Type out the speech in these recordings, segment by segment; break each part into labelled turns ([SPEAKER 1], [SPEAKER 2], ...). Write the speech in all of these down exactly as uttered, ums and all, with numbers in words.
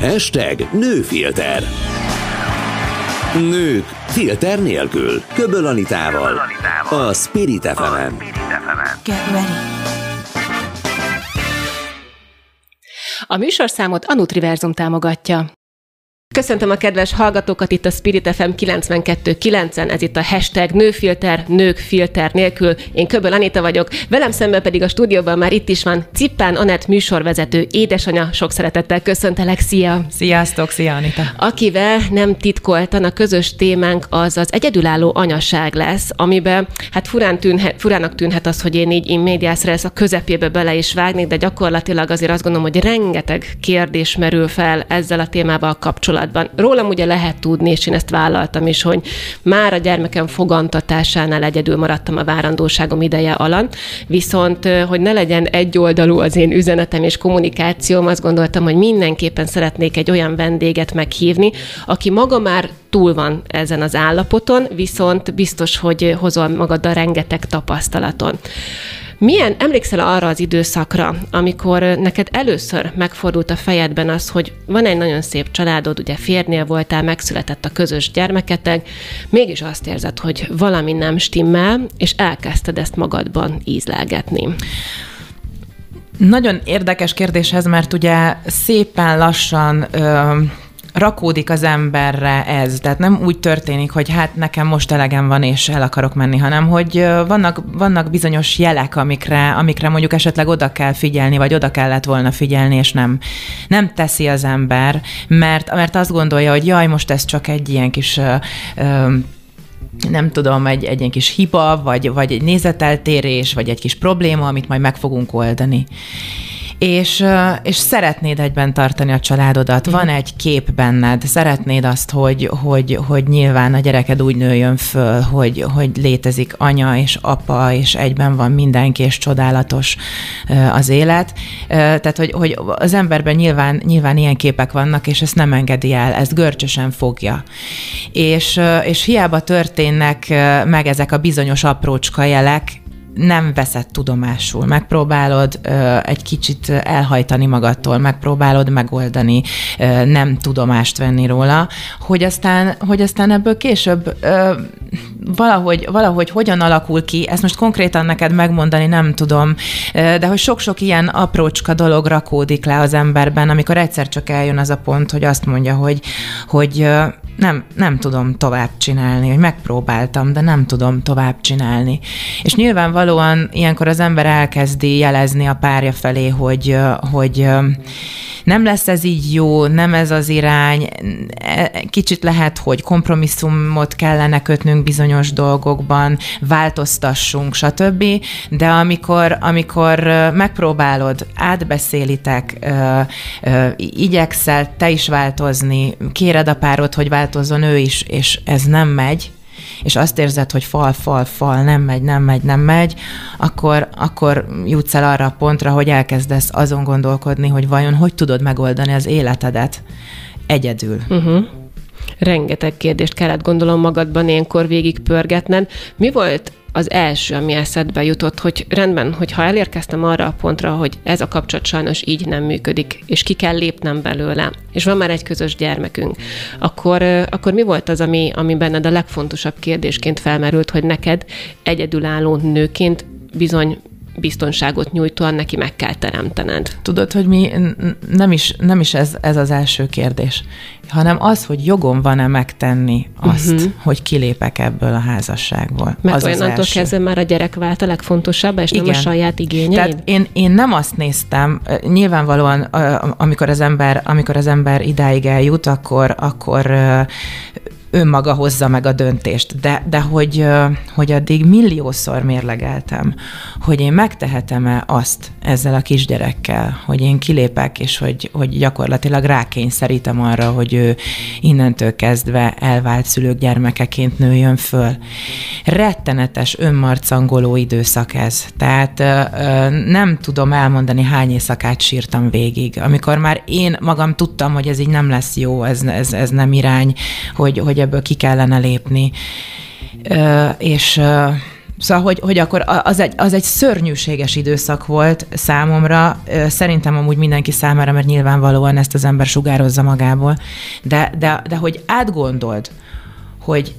[SPEAKER 1] Hashtag Nőfilter. Nők filter nélkül. Köböl Anitával. A Spirit ef emen.
[SPEAKER 2] Get ready.
[SPEAKER 3] A műsorszámot a Nutriverzum támogatja. Köszöntöm a kedves hallgatókat itt a Spirit ef em kilencvenkettő kilencen, ez itt a hashtag Nőfilter, nők filter nélkül. Én Köböl Anita vagyok, velem szemben pedig a stúdióban már itt is van Cippán Anett műsorvezető, édesanyja. Sok szeretettel köszöntelek, szia!
[SPEAKER 2] Sziasztok, szia Anita!
[SPEAKER 3] Akivel nem titkoltan a közös témánk az az egyedülálló anyaság lesz, amiben hát furán tűnhet, furának tűnhet az, hogy én így in medias res a közepébe bele is vágnék, de gyakorlatilag azért azt gondolom, hogy rengeteg kérdés merül fel ezzel a témával kapcsolatban. Rólam ugye lehet tudni, és én ezt vállaltam is, hogy már a gyermekem fogantatásánál egyedül maradtam a várandóságom ideje alatt, viszont hogy ne legyen egyoldalú az én üzenetem és kommunikációm, azt gondoltam, hogy mindenképpen szeretnék egy olyan vendéget meghívni, aki maga már túl van ezen az állapoton, viszont biztos, hogy hozol magaddal rengeteg tapasztalaton. Milyen, emlékszel arra az időszakra, amikor neked először megfordult a fejedben az, hogy van egy nagyon szép családod, ugye férjnél voltál, megszületett a közös gyermeketek, mégis azt érzed, hogy valami nem stimmel, és elkezdted ezt magadban ízlelgetni?
[SPEAKER 2] Nagyon érdekes kérdéshez, mert ugye szépen lassan Ö... rakódik az emberre ez. Tehát nem úgy történik, hogy hát nekem most elegem van, és el akarok menni, hanem hogy vannak, vannak bizonyos jelek, amikre, amikre mondjuk esetleg oda kell figyelni, vagy oda kellett volna figyelni, és nem, nem teszi az ember, mert, mert azt gondolja, hogy jaj, most ez csak egy ilyen kis... Ö, ö, nem tudom, egy, egy ilyen kis hiba, vagy, vagy egy nézeteltérés, vagy egy kis probléma, amit majd meg fogunk oldani. És, és szeretnéd egyben tartani a családodat, van egy kép benned, szeretnéd azt, hogy, hogy, hogy nyilván a gyereked úgy nőjön föl, hogy, hogy létezik anya és apa, és egyben van mindenki, és csodálatos az élet. Tehát, hogy, hogy az emberben nyilván, nyilván ilyen képek vannak, és ezt nem engedi el, ezt görcsösen fogja. És, és hiába történnek meg ezek a bizonyos aprócska jelek, nem veszed tudomásul, megpróbálod ö, egy kicsit elhajtani magadtól, megpróbálod megoldani, ö, nem tudomást venni róla, hogy aztán, hogy aztán ebből később ö, valahogy, valahogy hogyan alakul ki, ezt most konkrétan neked megmondani nem tudom, ö, de hogy sok-sok ilyen aprócska dolog rakódik le az emberben, amikor egyszer csak eljön az a pont, hogy azt mondja, hogy, hogy ö, nem, nem tudom tovább csinálni, hogy megpróbáltam, de nem tudom tovább csinálni. És nyilvánvalóan ilyenkor az ember elkezdi jelezni a párja felé, hogy, hogy nem lesz ez így jó, nem ez az irány, kicsit lehet, hogy kompromisszumot kellene kötnünk bizonyos dolgokban, változtassunk, stb. De amikor, amikor megpróbálod, átbeszélitek, igyekszel te is változni, kéred a párod, hogy változzon ő is, és ez nem megy, és azt érzed, hogy fal, fal, fal, nem megy, nem megy, nem megy, akkor, akkor jutsz el arra a pontra, hogy elkezdesz azon gondolkodni, hogy vajon hogy tudod megoldani az életedet egyedül.
[SPEAKER 3] Uh-huh. Rengeteg kérdést kellett gondolom magadban ilyenkor végigpörgetned. Mi volt az első, ami eszedbe jutott, hogy rendben, hogyha elérkeztem arra a pontra, hogy ez a kapcsolat sajnos így nem működik, és ki kell lépnem belőle, és van már egy közös gyermekünk, akkor, akkor mi volt az, ami, ami benned a legfontosabb kérdésként felmerült, hogy neked egyedülálló nőként bizony biztonságot nyújtóan neki meg kell teremtened?
[SPEAKER 2] Tudod, hogy mi nem is, nem is ez, ez az első kérdés, hanem az, hogy jogom van-e megtenni azt, uh-huh. hogy kilépek ebből a házasságból.
[SPEAKER 3] Mert
[SPEAKER 2] az
[SPEAKER 3] olyannantól kezdve már a gyerek vált a legfontosabb, és igen. nem a saját igényeid?
[SPEAKER 2] Tehát én, én nem azt néztem, nyilvánvalóan amikor az ember, amikor az ember idáig eljut, akkor, akkor önmaga hozza meg a döntést. De, de hogy, hogy addig milliószor mérlegeltem, hogy én megtehetem-e azt ezzel a kisgyerekkel, hogy én kilépek, és hogy, hogy gyakorlatilag rákényszerítem arra, hogy ő innentől kezdve elvált szülők gyermekeként nőjön föl. Rettenetes, önmarcangoló időszak ez. Tehát nem tudom elmondani, hány éjszakát sírtam végig. Amikor már én magam tudtam, hogy ez így nem lesz jó, ez, ez, ez nem irány, hogy, hogy ebből ki kellene lépni. És Szóval, hogy, hogy akkor az egy, az egy szörnyűséges időszak volt számomra, szerintem amúgy mindenki számára, mert nyilvánvalóan ezt az ember sugározza magából, de, de, de hogy átgondold, hogy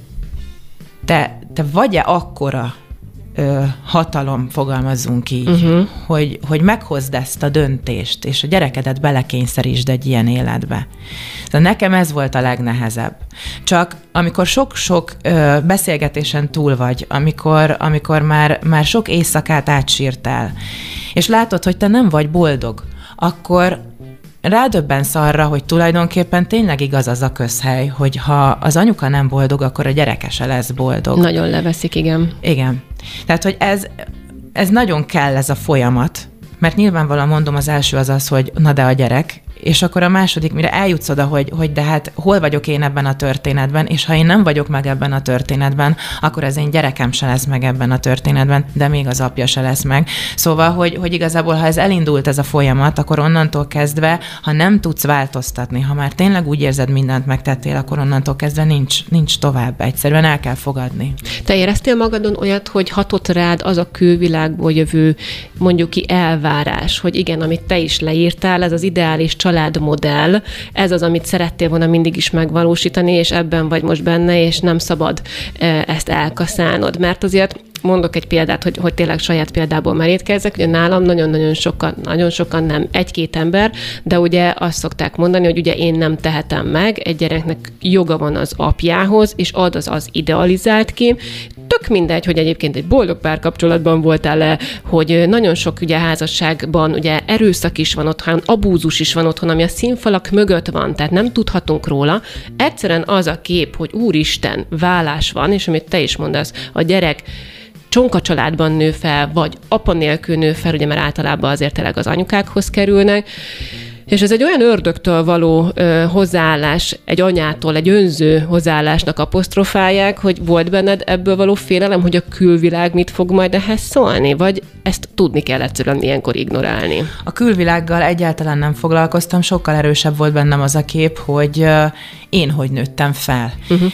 [SPEAKER 2] te, te vagy-e akkora ö, hatalom, fogalmazzunk így, uh-huh. hogy, hogy meghozd ezt a döntést, és a gyerekedet belekényszerítsd egy ilyen életbe. De nekem ez volt a legnehezebb. Csak amikor sok-sok ö, beszélgetésen túl vagy, amikor, amikor már, már sok éjszakát átsírtál, és látod, hogy te nem vagy boldog, akkor rádöbbensz arra, hogy tulajdonképpen tényleg igaz az a közhely, hogy ha az anyuka nem boldog, akkor a gyereke se lesz boldog.
[SPEAKER 3] Nagyon leveszik, igen.
[SPEAKER 2] Igen. Tehát, hogy ez, ez nagyon kell, ez a folyamat, mert nyilvánvalóan mondom, az első az az, hogy na de a gyerek, és akkor a második, mire eljutsz oda, hogy, hogy de hát hol vagyok én ebben a történetben, és ha én nem vagyok meg ebben a történetben, akkor az én gyerekem se lesz meg ebben a történetben, de még az apja se lesz meg. Szóval, hogy, hogy igazából, ha ez elindult ez a folyamat, akkor onnantól kezdve, ha nem tudsz változtatni, ha már tényleg úgy érzed, mindent megtettél, akkor onnantól kezdve nincs, nincs tovább. Egyszerűen el kell fogadni.
[SPEAKER 3] Te éreztél magadon olyat, hogy hatott rád az a külvilágból jövő, mondjuk ki elvárás, hogy igen, amit te is leírtál, ez az ideális családmodell, ez az, amit szerettél volna mindig is megvalósítani, és ebben vagy most benne, és nem szabad ezt elkaszálnod. Mert azért mondok egy példát, hogy, hogy tényleg saját példából merítkezzek, ugye nálam nagyon-nagyon sokan, nagyon sokan nem, egy-két ember, de ugye azt szokták mondani, hogy ugye én nem tehetem meg, egy gyereknek joga van az apjához, és ad az az idealizált kép. Tök mindegy, hogy egyébként egy boldog párkapcsolatban voltál-e, hogy nagyon sok ugye házasságban ugye erőszak is van otthon, abúzus is van otthon, ami a színfalak mögött van, tehát nem tudhatunk róla. Egyszerűen az a kép, hogy úristen, vállás van, és amit te is mondasz, a gyerek csonka családban nő fel, vagy apa nélkül nő fel, ugye, mert általában azért tényleg az anyukákhoz kerülnek, és ez egy olyan ördögtől való ö, hozzáállás, egy anyától, egy önző hozzáállásnak apostrofálják, hogy volt benned ebből való félelem, hogy a külvilág mit fog majd ehhez szólni, vagy ezt tudni kell egyszerűen ilyenkor ignorálni?
[SPEAKER 2] A külvilággal egyáltalán nem foglalkoztam, sokkal erősebb volt bennem az a kép, hogy ö, én hogy nőttem fel. Uh-huh.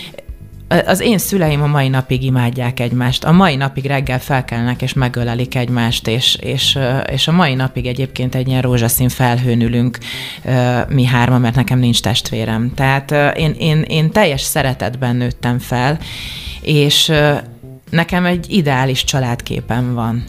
[SPEAKER 2] Az én szüleim a mai napig imádják egymást. A mai napig reggel felkelnek és megölelik egymást, és, és, és a mai napig egyébként egy ilyen rózsaszín felhőn ülünk mi hárman, mert nekem nincs testvérem. Tehát én, én, én teljes szeretetben nőttem fel, és nekem egy ideális családképem van.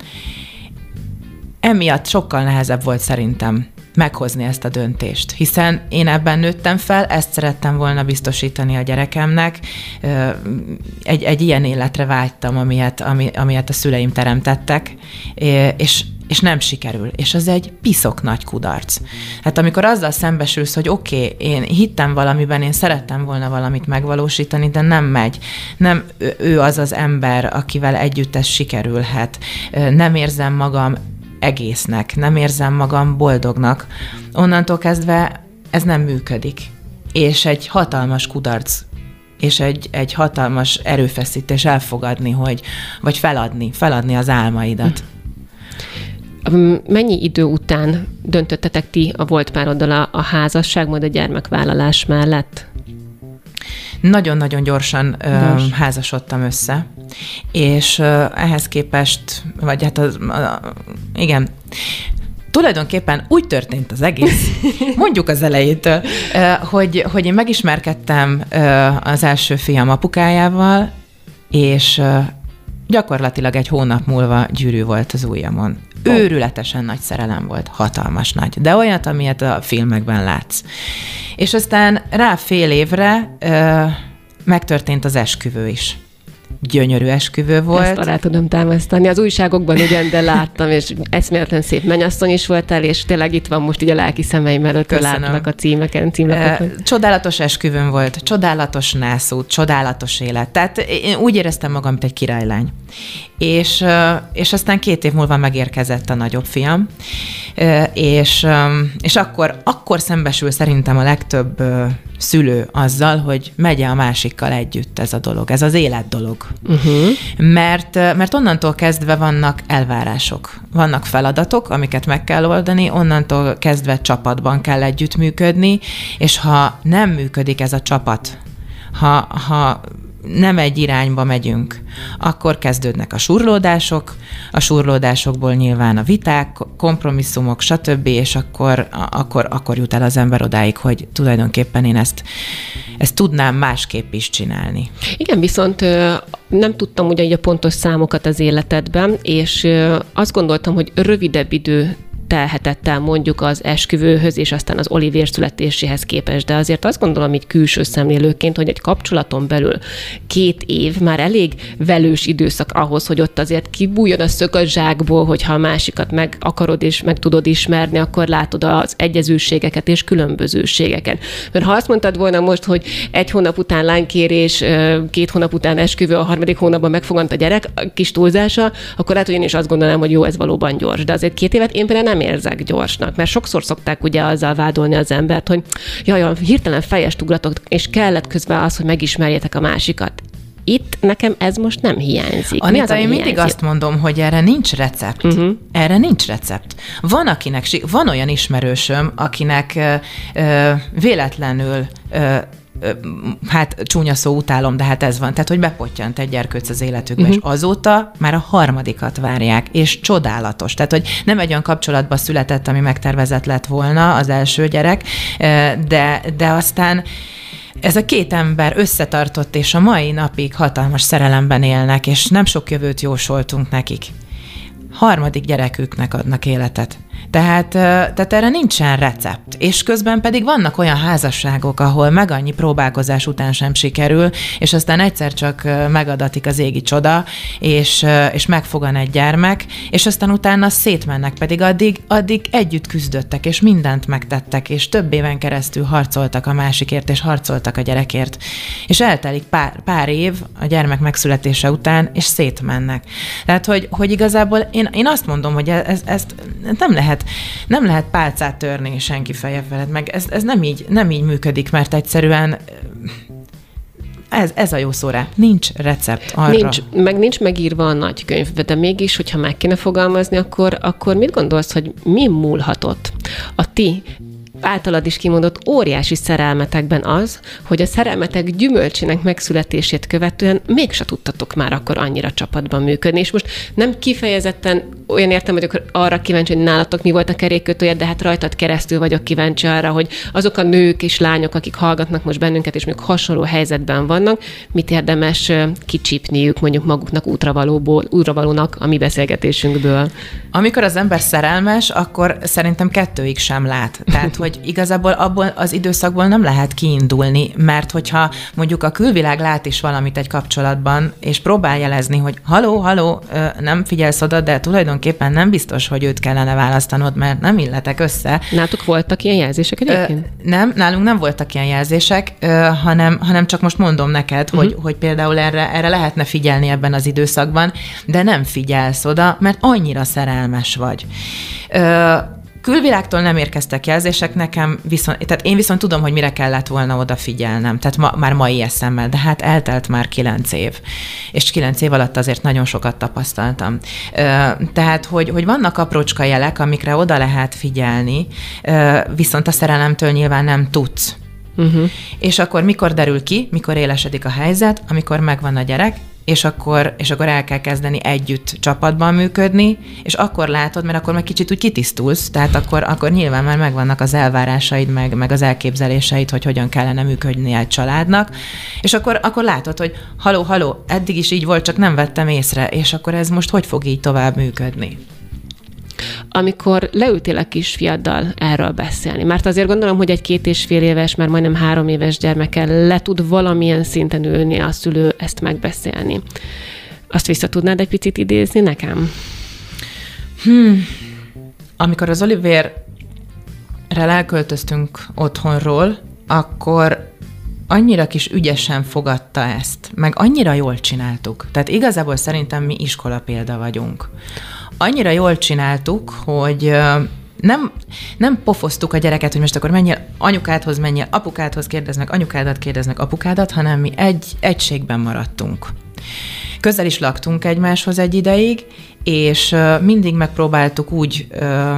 [SPEAKER 2] Emiatt sokkal nehezebb volt szerintem meghozni ezt a döntést, hiszen én ebben nőttem fel, ezt szerettem volna biztosítani a gyerekemnek, egy, egy ilyen életre vágytam, amilyet, ami, amilyet a szüleim teremtettek, és, és nem sikerül, és az egy piszok nagy kudarc. Hát amikor azzal szembesülsz, hogy oké, okay, én hittem valamiben, én szerettem volna valamit megvalósítani, de nem megy, nem ő az az ember, akivel együtt ez sikerülhet, nem érzem magam egésznek, nem érzem magam boldognak. Onnantól kezdve ez nem működik. És egy hatalmas kudarc, és egy, egy hatalmas erőfeszítés elfogadni, hogy, vagy feladni, feladni az álmaidat.
[SPEAKER 3] Mennyi idő után döntöttetek ti a volt pároddal a, a házasság, majd a gyermekvállalás mellett?
[SPEAKER 2] Nagyon-nagyon gyorsan ö, házasodtam össze, és ö, ehhez képest, vagy hát az, a, igen, tulajdonképpen úgy történt az egész, mondjuk az elejétől, ö, hogy, hogy én megismerkedtem ö, az első fiam apukájával, és ö, gyakorlatilag egy hónap múlva gyűrű volt az ujjamon. Őrületesen nagy szerelem volt, hatalmas nagy, de olyat, amilyet a filmekben látsz. És aztán rá fél évre ö, megtörtént az esküvő is. Gyönyörű esküvő volt.
[SPEAKER 3] Ezt alá tudom támasztani. Az újságokban ugyan, de láttam, és eszméletlen szép mennyasszony is voltál, és tényleg itt van most így a lelki szemeim előtt, látlak a címeken, címlapokon.
[SPEAKER 2] Csodálatos esküvőm volt, csodálatos nászút, csodálatos élet. Tehát én úgy éreztem magam, mint egy királylány. És, és aztán két év múlva megérkezett a nagyobb fiam, és, és akkor, akkor szembesül szerintem a legtöbb szülő azzal, hogy megye a másikkal együtt ez a dolog, ez az élet dolog. Uh-huh. Mert, mert onnantól kezdve vannak elvárások, vannak feladatok, amiket meg kell oldani, onnantól kezdve csapatban kell együttműködni, és ha nem működik ez a csapat, ha, ha nem egy irányba megyünk, akkor kezdődnek a surlódások, a surlódásokból nyilván a viták, kompromisszumok, stb., és akkor, akkor, akkor jut el az ember odáig, hogy tulajdonképpen én ezt, ezt tudnám másképp is csinálni.
[SPEAKER 3] Igen, viszont nem tudtam ugye a pontos számokat az életedben, és azt gondoltam, hogy rövidebb idő telhetett el mondjuk az esküvőhöz, és aztán az Olivér születéséhez képest, de azért azt gondolom így külső szemlélőként, hogy egy kapcsolaton belül két év már elég velős időszak ahhoz, hogy ott azért kibújjon a szög a zsákból, hogyha a másikat meg akarod és meg tudod ismerni, akkor látod az egyezőségeket és különbözőségeket. Mert ha azt mondtad volna most, hogy egy hónap után lánykérés, két hónap után esküvő, a harmadik hónapban megfogant a gyerek, a kis túlzása, akkor lehet, hogy én is azt gondolnám, hogy jó, ez valóban gyors. De azért két évet én például nem érzek gyorsnak, mert sokszor szokták ugye azzal vádolni az embert, hogy jaj, hirtelen fejest ugratok, és kellett közben az, hogy megismerjétek a másikat. Itt nekem ez most nem hiányzik.
[SPEAKER 2] Anita, én mindig azt mondom, hogy erre nincs recept. Uh-huh. Erre nincs recept. Van akinek, van olyan ismerősöm, akinek ö, ö, véletlenül ö, hát csúnya szó, utálom, de hát ez van. Tehát, hogy bepottyant egy gyerkőc az életükbe, uh-huh. és azóta már a harmadikat várják, és csodálatos. Tehát, hogy nem egy olyan kapcsolatban született, ami megtervezett lett volna az első gyerek, de, de aztán ez a két ember összetartott, és a mai napig hatalmas szerelemben élnek, és nem sok jövőt jósoltunk nekik. Harmadik gyereküknek adnak életet. Tehát, tehát erre nincsen recept. És közben pedig vannak olyan házasságok, ahol meg annyi próbálkozás után sem sikerül, és aztán egyszer csak megadatik az égi csoda, és, és megfogan egy gyermek, és aztán utána szétmennek, pedig addig, addig együtt küzdöttek, és mindent megtettek, és több éven keresztül harcoltak a másikért, és harcoltak a gyerekért. És eltelik pár, pár év a gyermek megszületése után, és szétmennek. Tehát, hogy, hogy igazából én, én azt mondom, hogy ez, ezt nem lehet Nem lehet pálcát törni senki feje felett, meg ez, ez nem, így, nem így működik, mert egyszerűen ez, ez a jó szó rá. Nincs recept arra.
[SPEAKER 3] Nincs, meg nincs megírva a nagy könyvbe, de mégis, hogyha meg kéne fogalmazni, akkor, akkor mit gondolsz, hogy mi múlhatott a ti általad is kimondott óriási szerelmetekben az, hogy a szerelmetek gyümölcsének megszületését követően mégse tudtatok már akkor annyira csapatban működni. És most nem kifejezetten olyan értem vagyok arra kíváncsi, hogy nálatok mi volt a kerékkötője, de hát rajtad keresztül vagyok kíváncsi arra, hogy azok a nők és lányok, akik hallgatnak most bennünket, és mondjuk hasonló helyzetben vannak, mit érdemes kicsípniük mondjuk maguknak útravalóból, útravalónak a mi beszélgetésünkből.
[SPEAKER 2] Amikor az ember szerelmes, akkor szerintem kettőig sem lát. Tehát, hogy igazából abból az időszakból nem lehet kiindulni, mert hogyha mondjuk a külvilág lát is valamit egy kapcsolatban, és próbál jelezni, hogy haló, haló, nem figyelsz oda, de tulajdonképpen nem biztos, hogy őt kellene választanod, mert nem illetek össze.
[SPEAKER 3] Nálatok voltak ilyen jelzések egyébként?
[SPEAKER 2] Ö, nem, nálunk nem voltak ilyen jelzések, ö, hanem, hanem csak most mondom neked, uh-huh. hogy, hogy például erre, erre lehetne figyelni ebben az időszakban, de nem figyelsz oda, mert annyira szerelmes vagy. Ö, Külvilágtól nem érkeztek jelzések nekem, viszont, tehát én viszont tudom, hogy mire kellett volna odafigyelnem, tehát ma, már mai eszemmel, de hát eltelt már kilenc év, és kilenc év alatt azért nagyon sokat tapasztaltam. Tehát, hogy, hogy vannak aprócska jelek, amikre oda lehet figyelni, viszont a szerelemtől nyilván nem tudsz. Uh-huh. És akkor mikor derül ki, mikor élesedik a helyzet, amikor megvan a gyerek, és akkor, és akkor el kell kezdeni együtt csapatban működni, és akkor látod, mert akkor meg kicsit úgy kitisztulsz, tehát akkor, akkor nyilván már megvannak az elvárásaid, meg, meg az elképzeléseid, hogy hogyan kellene működni egy családnak, és akkor, akkor látod, hogy haló, haló, eddig is így volt, csak nem vettem észre, és akkor ez most hogy fog így tovább működni?
[SPEAKER 3] Amikor leültél a kisfiaddal erről beszélni, mert azért gondolom, hogy egy két és fél éves, már majdnem három éves gyermekkel le tud valamilyen szinten ülni a szülő ezt megbeszélni. Azt vissza tudnád egy picit idézni nekem?
[SPEAKER 2] Hmm. Amikor az Olivérrel elköltöztünk otthonról, akkor annyira kis ügyesen fogadta ezt, meg annyira jól csináltuk. Tehát igazából szerintem mi iskola példa vagyunk. Annyira jól csináltuk, hogy nem, nem pofoztuk a gyereket, hogy most akkor menjél anyukádhoz, menjél apukádhoz, kérdezd meg anyukádat, kérdezd meg apukádat, hanem mi egy egységben maradtunk. Közel is laktunk egymáshoz egy ideig, és mindig megpróbáltuk úgy ö,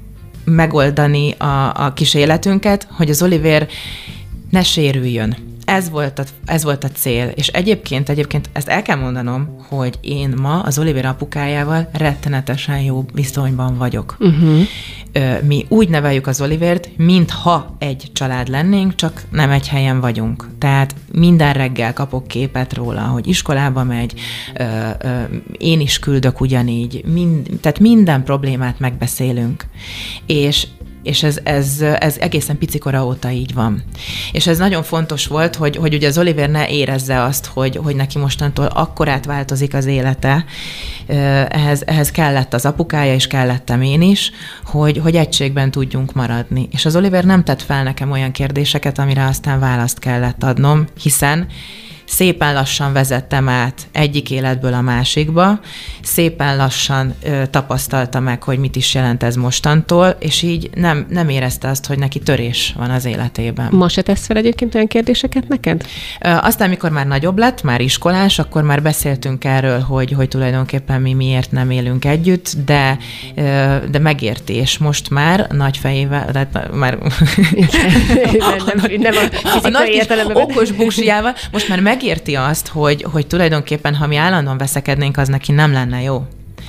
[SPEAKER 2] megoldani a, a kis életünket, hogy az Olivér ne sérüljön. ez volt, a, ez volt a cél. És egyébként, egyébként ezt el kell mondanom, hogy én ma az Oliver apukájával rettenetesen jó viszonyban vagyok. Uh-huh. Mi úgy neveljük az Olivert, mintha egy család lennénk, csak nem egy helyen vagyunk. Tehát minden reggel kapok képet róla, hogy iskolába megy, én is küldök ugyanígy, mind, tehát minden problémát megbeszélünk. És és ez, ez, ez egészen picikora óta így van. És ez nagyon fontos volt, hogy, hogy ugye az Oliver ne érezze azt, hogy, hogy neki mostantól akkorát változik az élete. Ehhez, ehhez kellett az apukája, és kellettem én is, hogy, hogy egységben tudjunk maradni. És az Oliver nem tett fel nekem olyan kérdéseket, amire aztán választ kellett adnom, hiszen szépen lassan vezettem át egyik életből a másikba, szépen lassan ö, tapasztalta meg, hogy mit is jelent ez mostantól, és így nem, nem érezte azt, hogy neki törés van az életében.
[SPEAKER 3] Ma se tesz fel egyébként olyan kérdéseket neked?
[SPEAKER 2] Ö, aztán, amikor már nagyobb lett, már iskolás, akkor már beszéltünk erről, hogy, hogy tulajdonképpen mi miért nem élünk együtt, de, ö, de megérti, és most már nagy fejével, tehát már
[SPEAKER 3] igen, nem, nem, nem a fizikai értelemben.
[SPEAKER 2] Okos buksijával, most már meg megérti azt, hogy, hogy tulajdonképpen, ha mi állandóan veszekednénk, az neki nem lenne jó.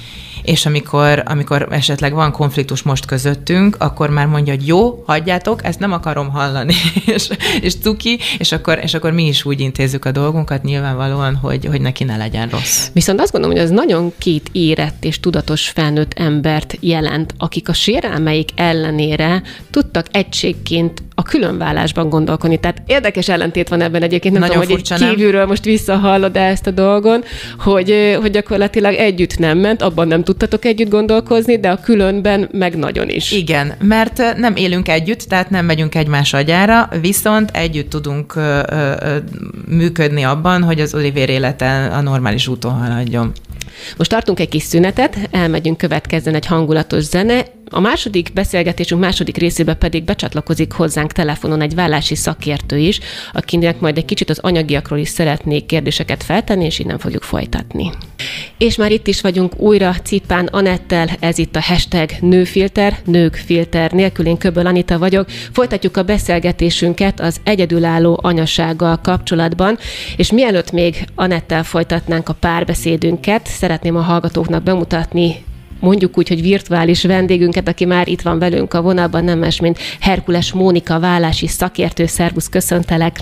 [SPEAKER 2] És amikor, amikor esetleg van konfliktus most közöttünk, akkor már mondja, hogy jó, hagyjátok, ezt nem akarom hallani, és, és cuki, és akkor, és akkor mi is úgy intézzük a dolgunkat nyilvánvalóan, hogy, hogy neki ne legyen rossz.
[SPEAKER 3] Viszont azt gondolom, hogy ez nagyon két érett és tudatos felnőtt embert jelent, akik a sérelmeik ellenére tudtak egységként a különvállásban gondolkodni. Tehát érdekes ellentét van ebben egyébként, nem
[SPEAKER 2] nagyon
[SPEAKER 3] tudom, hogy egy kívülről nem? Most visszahallod ezt a dolgon, hogy, hogy gyakorlatilag együtt nem ment, abban nem tudtatok együtt gondolkozni, de a különben meg nagyon is.
[SPEAKER 2] Igen, mert nem élünk együtt, tehát nem megyünk egymás agyára, viszont együtt tudunk ö, ö, működni abban, hogy az Oliver élete a normális úton haladjon.
[SPEAKER 3] Most tartunk egy kis szünetet, elmegyünk, következzen egy hangulatos zene. A második beszélgetésünk második részében pedig becsatlakozik hozzánk telefonon egy vállási szakértő is, akinek majd egy kicsit az anyagiakról is szeretnék kérdéseket feltenni, és innen fogjuk folytatni. És már itt is vagyunk újra Cipán Anettel, ez itt a hashtag nőfilter, nők filter nélkül, én Köböl Anita vagyok. Folytatjuk a beszélgetésünket az egyedülálló anyasággal kapcsolatban, és mielőtt még Anettel folytatnánk a párbeszédünket, szeretném a hallgatóknak bemutatni mondjuk úgy, hogy virtuális vendégünket, aki már itt van velünk a vonalban, nem más, mint Herkules Mónika vállási szakértő. Szervusz, köszöntelek!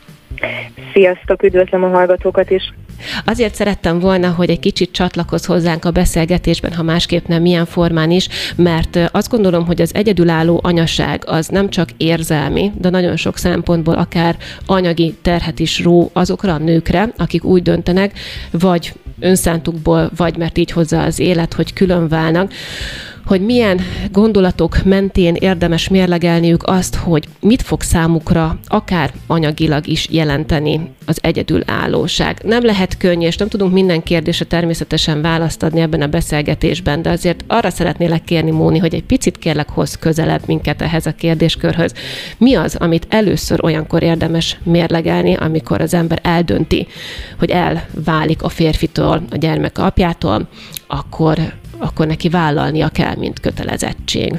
[SPEAKER 4] Sziasztok, üdvözlöm a hallgatókat is!
[SPEAKER 3] Azért szerettem volna, hogy egy kicsit csatlakozz hozzánk a beszélgetésben, ha másképp nem, milyen formán is, mert azt gondolom, hogy az egyedülálló anyaság az nem csak érzelmi, de nagyon sok szempontból akár anyagi terhet is ró azokra a nőkre, akik úgy döntenek, vagy önszántukból, vagy mert így hozza az élet, hogy külön válnak, hogy milyen gondolatok mentén érdemes mérlegelniük azt, hogy mit fog számukra akár anyagilag is jelenteni az egyedülállóság. Nem lehet könnyű, és nem tudunk minden kérdésre természetesen választ adni ebben a beszélgetésben, de azért arra szeretnélek kérni, Móni, hogy egy picit kérlek hozz közelebb minket ehhez a kérdéskörhöz. Mi az, amit először olyankor érdemes mérlegelni, amikor az ember eldönti, hogy elválik a férfitől, a gyermek apjától, akkor akkor neki vállalnia kell, mint kötelezettség.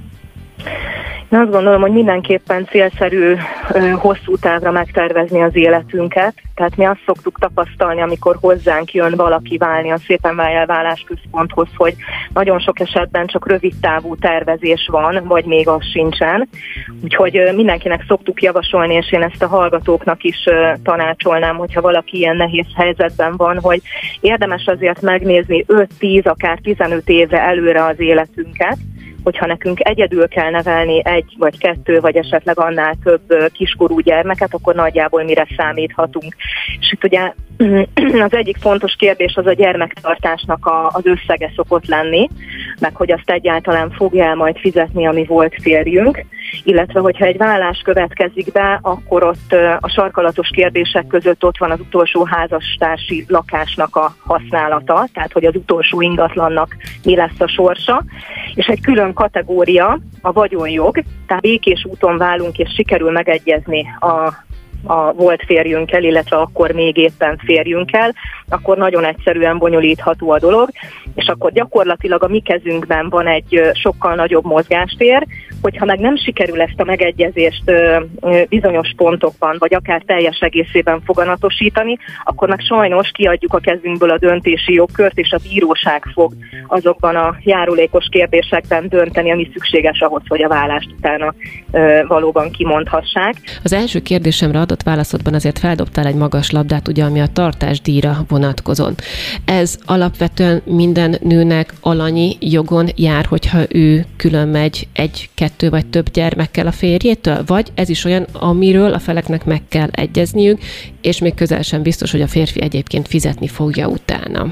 [SPEAKER 4] Én azt gondolom, hogy mindenképpen célszerű hosszú távra megtervezni az életünket. Tehát mi azt szoktuk tapasztalni, amikor hozzánk jön valaki válni a Szépen Válj el Vállásközponthoz, hogy nagyon sok esetben csak rövid távú tervezés van, vagy még az sincsen. Úgyhogy mindenkinek szoktuk javasolni, és én ezt a hallgatóknak is tanácsolnám, hogyha valaki ilyen nehéz helyzetben van, hogy érdemes azért megnézni öt-tíz, akár tizenöt évre előre az életünket, hogyha nekünk egyedül kell nevelni egy vagy kettő, vagy esetleg annál több kiskorú gyermeket, akkor nagyjából mire számíthatunk. És itt ugye az egyik fontos kérdés az a gyermektartásnak a, az összege szokott lenni, meg hogy azt egyáltalán fogja el majd fizetni a mi volt férjünk, illetve hogyha egy vállás következik be, akkor ott a sarkalatos kérdések között ott van az utolsó házastársi lakásnak a használata, tehát hogy az utolsó ingatlannak mi lesz a sorsa, és egy külön kategória a vagyonjog, tehát békés úton válunk és sikerül megegyezni a a volt férjünkkel, illetve akkor még éppen férjünkkel, akkor nagyon egyszerűen bonyolítható a dolog, és akkor gyakorlatilag a mi kezünkben van egy sokkal nagyobb mozgástér, Hogyha meg nem sikerül ezt a megegyezést ö, ö, bizonyos pontokban, vagy akár teljes egészében foganatosítani, akkor meg sajnos kiadjuk a kezünkből a döntési jogkört, és a bíróság fog azokban a járulékos kérdésekben dönteni, ami szükséges ahhoz, hogy a vállást utána ö, valóban kimondhassák.
[SPEAKER 3] Az első kérdésemre adott válaszodban azért feldobtál egy magas labdát, ugye, ami a tartásdíjra vonatkozon. Ez alapvetően minden nőnek alanyi jogon jár, hogyha ő külön megy egy, kettő vagy több gyermekkel a férjétől? Vagy ez is olyan, amiről a feleknek meg kell egyezniük, és még közel sem biztos, hogy a férfi egyébként fizetni fogja utána?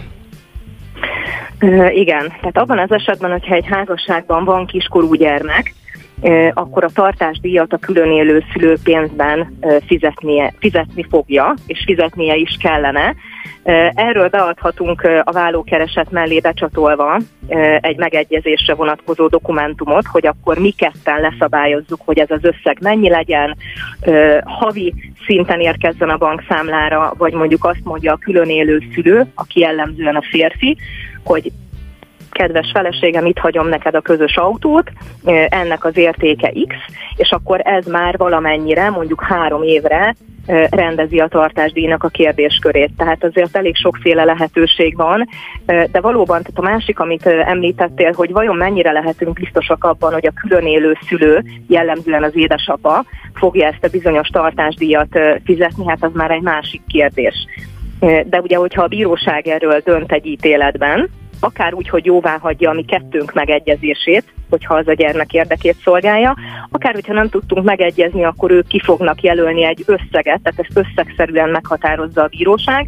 [SPEAKER 4] Uh, igen, tehát abban az esetben, hogyha egy házasságban van kiskorú gyermek, uh, akkor a tartásdíjat a külön élő szülő pénzben uh, fizetnie, fizetni fogja, és fizetnie is kellene. Uh, erről beadhatunk uh, a vállókereset mellé becsatolva uh, egy megegyezésre vonatkozó dokumentumot, hogy akkor mi ketten leszabályozzuk, hogy ez az összeg mennyi legyen, uh, havi szinten érkezzen a bankszámlára, vagy mondjuk azt mondja a külön élő szülő, aki jellemzően a férfi, hogy kedves feleségem, itt hagyom neked a közös autót, ennek az értéke X, és akkor ez már valamennyire, mondjuk három évre rendezi a tartásdíjnak a kérdéskörét. Tehát azért elég sokféle lehetőség van, de valóban, tehát a másik, amit említettél, hogy vajon mennyire lehetünk biztosak abban, hogy a külön élő szülő, jellemzően az édesapa, fogja ezt a bizonyos tartásdíjat fizetni, hát az már egy másik kérdés. De ugye, hogyha a bíróság erről dönt egy ítéletben, akár úgy, hogy jóvá hagyja a mi kettőnk megegyezését, hogyha az a gyermek érdekét szolgálja, akár hogyha nem tudtunk megegyezni, akkor ők ki fognak jelölni egy összeget, tehát ezt összegszerűen meghatározza a bíróság,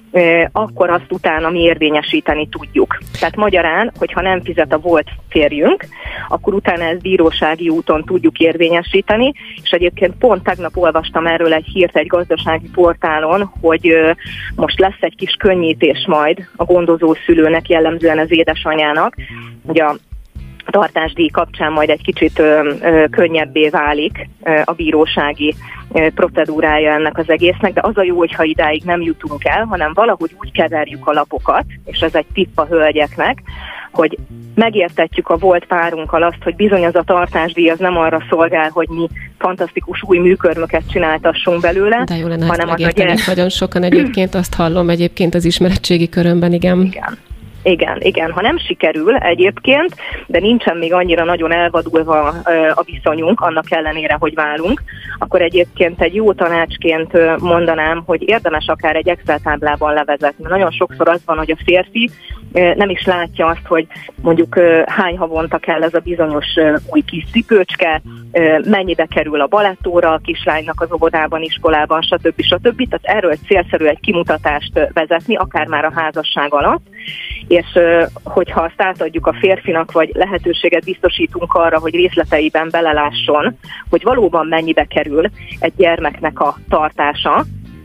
[SPEAKER 4] akkor azt utána mi érvényesíteni tudjuk. Tehát magyarán, hogyha nem fizet a volt férjünk, akkor utána ezt bírósági úton tudjuk érvényesíteni, és egyébként pont tegnap olvastam erről egy hírt egy gazdasági portálon, hogy most lesz egy kis könnyítés majd a gondozó szülőnek, jellemzően az édesanyának, hogy a tartásdíj kapcsán majd egy kicsit ö, ö, könnyebbé válik ö, a bírósági ö, procedúrája ennek az egésznek, de az a jó, hogyha idáig nem jutunk el, hanem valahogy úgy keverjük a lapokat, és ez egy tipp a hölgyeknek, hogy megértetjük a volt párunkkal azt, hogy bizony az a tartásdíj az nem arra szolgál, hogy mi fantasztikus új műkörmöket csináltassunk belőle,
[SPEAKER 3] de jó lenne
[SPEAKER 4] hanem
[SPEAKER 3] ezt
[SPEAKER 4] az a gyerek...
[SPEAKER 3] Nagyon sokan egyébként azt hallom egyébként az ismeretségi körömben, igen.
[SPEAKER 4] Igen. Igen, igen, ha nem sikerül egyébként, de nincsen még annyira nagyon elvadulva a viszonyunk, annak ellenére, hogy válunk, akkor egyébként egy jó tanácsként mondanám, hogy érdemes akár egy Excel táblában levezetni. Nagyon sokszor az van, hogy a férfi nem is látja azt, hogy mondjuk hány havonta kell ez a bizonyos új kis cipőcske, mennyibe kerül a balettóra a kislánynak az óvodában, iskolában, stb. stb. Tehát erről célszerű egy kimutatást vezetni, akár már a házasság alatt, és hogyha azt átadjuk a férfinak, vagy lehetőséget biztosítunk arra, hogy részleteiben belelásson, hogy valóban mennyibe kerül egy gyermeknek a tartása,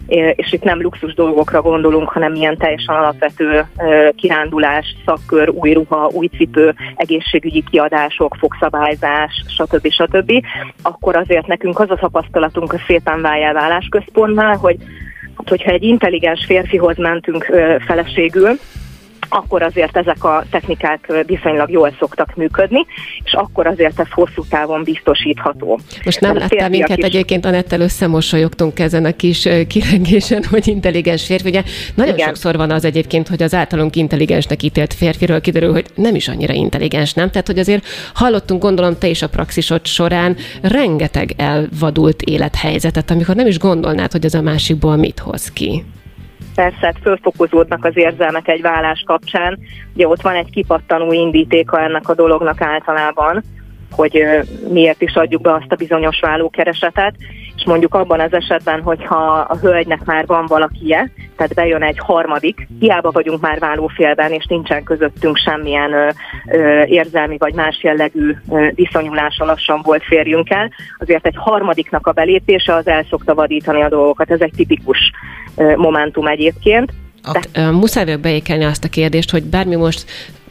[SPEAKER 4] és itt nem luxus dolgokra gondolunk, hanem ilyen teljesen alapvető kirándulás, szakkör, új ruha, új cipő, egészségügyi kiadások, fogszabályzás, stb. stb. Akkor azért nekünk az a tapasztalatunk a Szépen váljál vállásközpontnál, hogy hogyha egy intelligens férfihoz mentünk feleségül, akkor azért ezek a technikák viszonylag jól szoktak működni, és akkor azért ez hosszú távon biztosítható.
[SPEAKER 3] Most nem láttál minket is. Egyébként, Anettel összemosolyogtunk ezen a kis kirengésen, hogy intelligens férfi. Ugye nagyon Igen. sokszor van az egyébként, hogy az általunk intelligensnek ítélt férfiről kiderül, hogy nem is annyira intelligens, nem? Tehát, hogy azért hallottunk, gondolom te is a praxisod során rengeteg elvadult élethelyzetet, amikor nem is gondolnád, hogy az a másikból mit hoz ki.
[SPEAKER 4] Persze, fölfokozódnak az érzelmek egy vállás kapcsán. Ugye ott van egy kipattanó indítéka ennek a dolognak általában, hogy miért is adjuk be azt a bizonyos vállókeresetet, és mondjuk abban az esetben, hogyha a hölgynek már van valakije, tehát bejön egy harmadik, hiába vagyunk már vállófélben, és nincsen közöttünk semmilyen ö, ö, érzelmi vagy más jellegű ö, viszonyulása lassan volt férjünkkel, azért egy harmadiknak a belépése az el szokta vadítani a dolgokat. Ez egy tipikus ö, momentum egyébként.
[SPEAKER 3] De... Muszáj vagyok beékelni azt a kérdést, hogy bármi most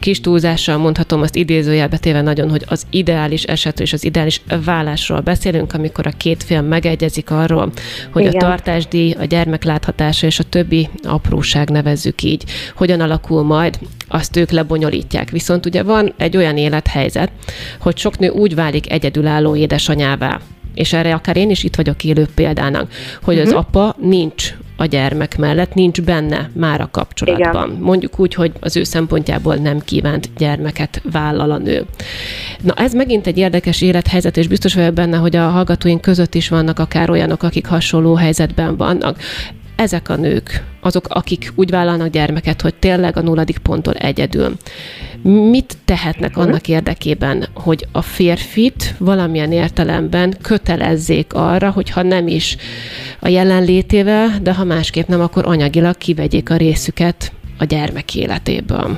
[SPEAKER 3] kis túlzással mondhatom, azt idézőjelbe téve nagyon, hogy az ideális esetről és az ideális vállásról beszélünk, amikor a két fél megegyezik arról, hogy igen. a tartásdíj, a gyermek láthatása és a többi apróság, nevezzük így, hogyan alakul majd, azt ők lebonyolítják. Viszont ugye van egy olyan élethelyzet, hogy sok nő úgy válik egyedülálló édesanyává, és erre akár én is itt vagyok élő példának, hogy uh-huh. az apa nincs a gyermek mellett, nincs benne már a kapcsolatban. Igen. Mondjuk úgy, hogy az ő szempontjából nem kívánt gyermeket vállal a nő. Na ez megint egy érdekes élethelyzet, és biztos vagyok benne, hogy a hallgatóink között is vannak akár olyanok, akik hasonló helyzetben vannak. Ezek a nők, azok, akik úgy vállalnak gyermeket, hogy tényleg a nulladik ponttól egyedül. Mit tehetnek annak érdekében, hogy a férfit valamilyen értelemben kötelezzék arra, hogy ha nem is a jelenlétével, de ha másképp nem, akkor anyagilag kivegyék a részüket a gyermek életéből?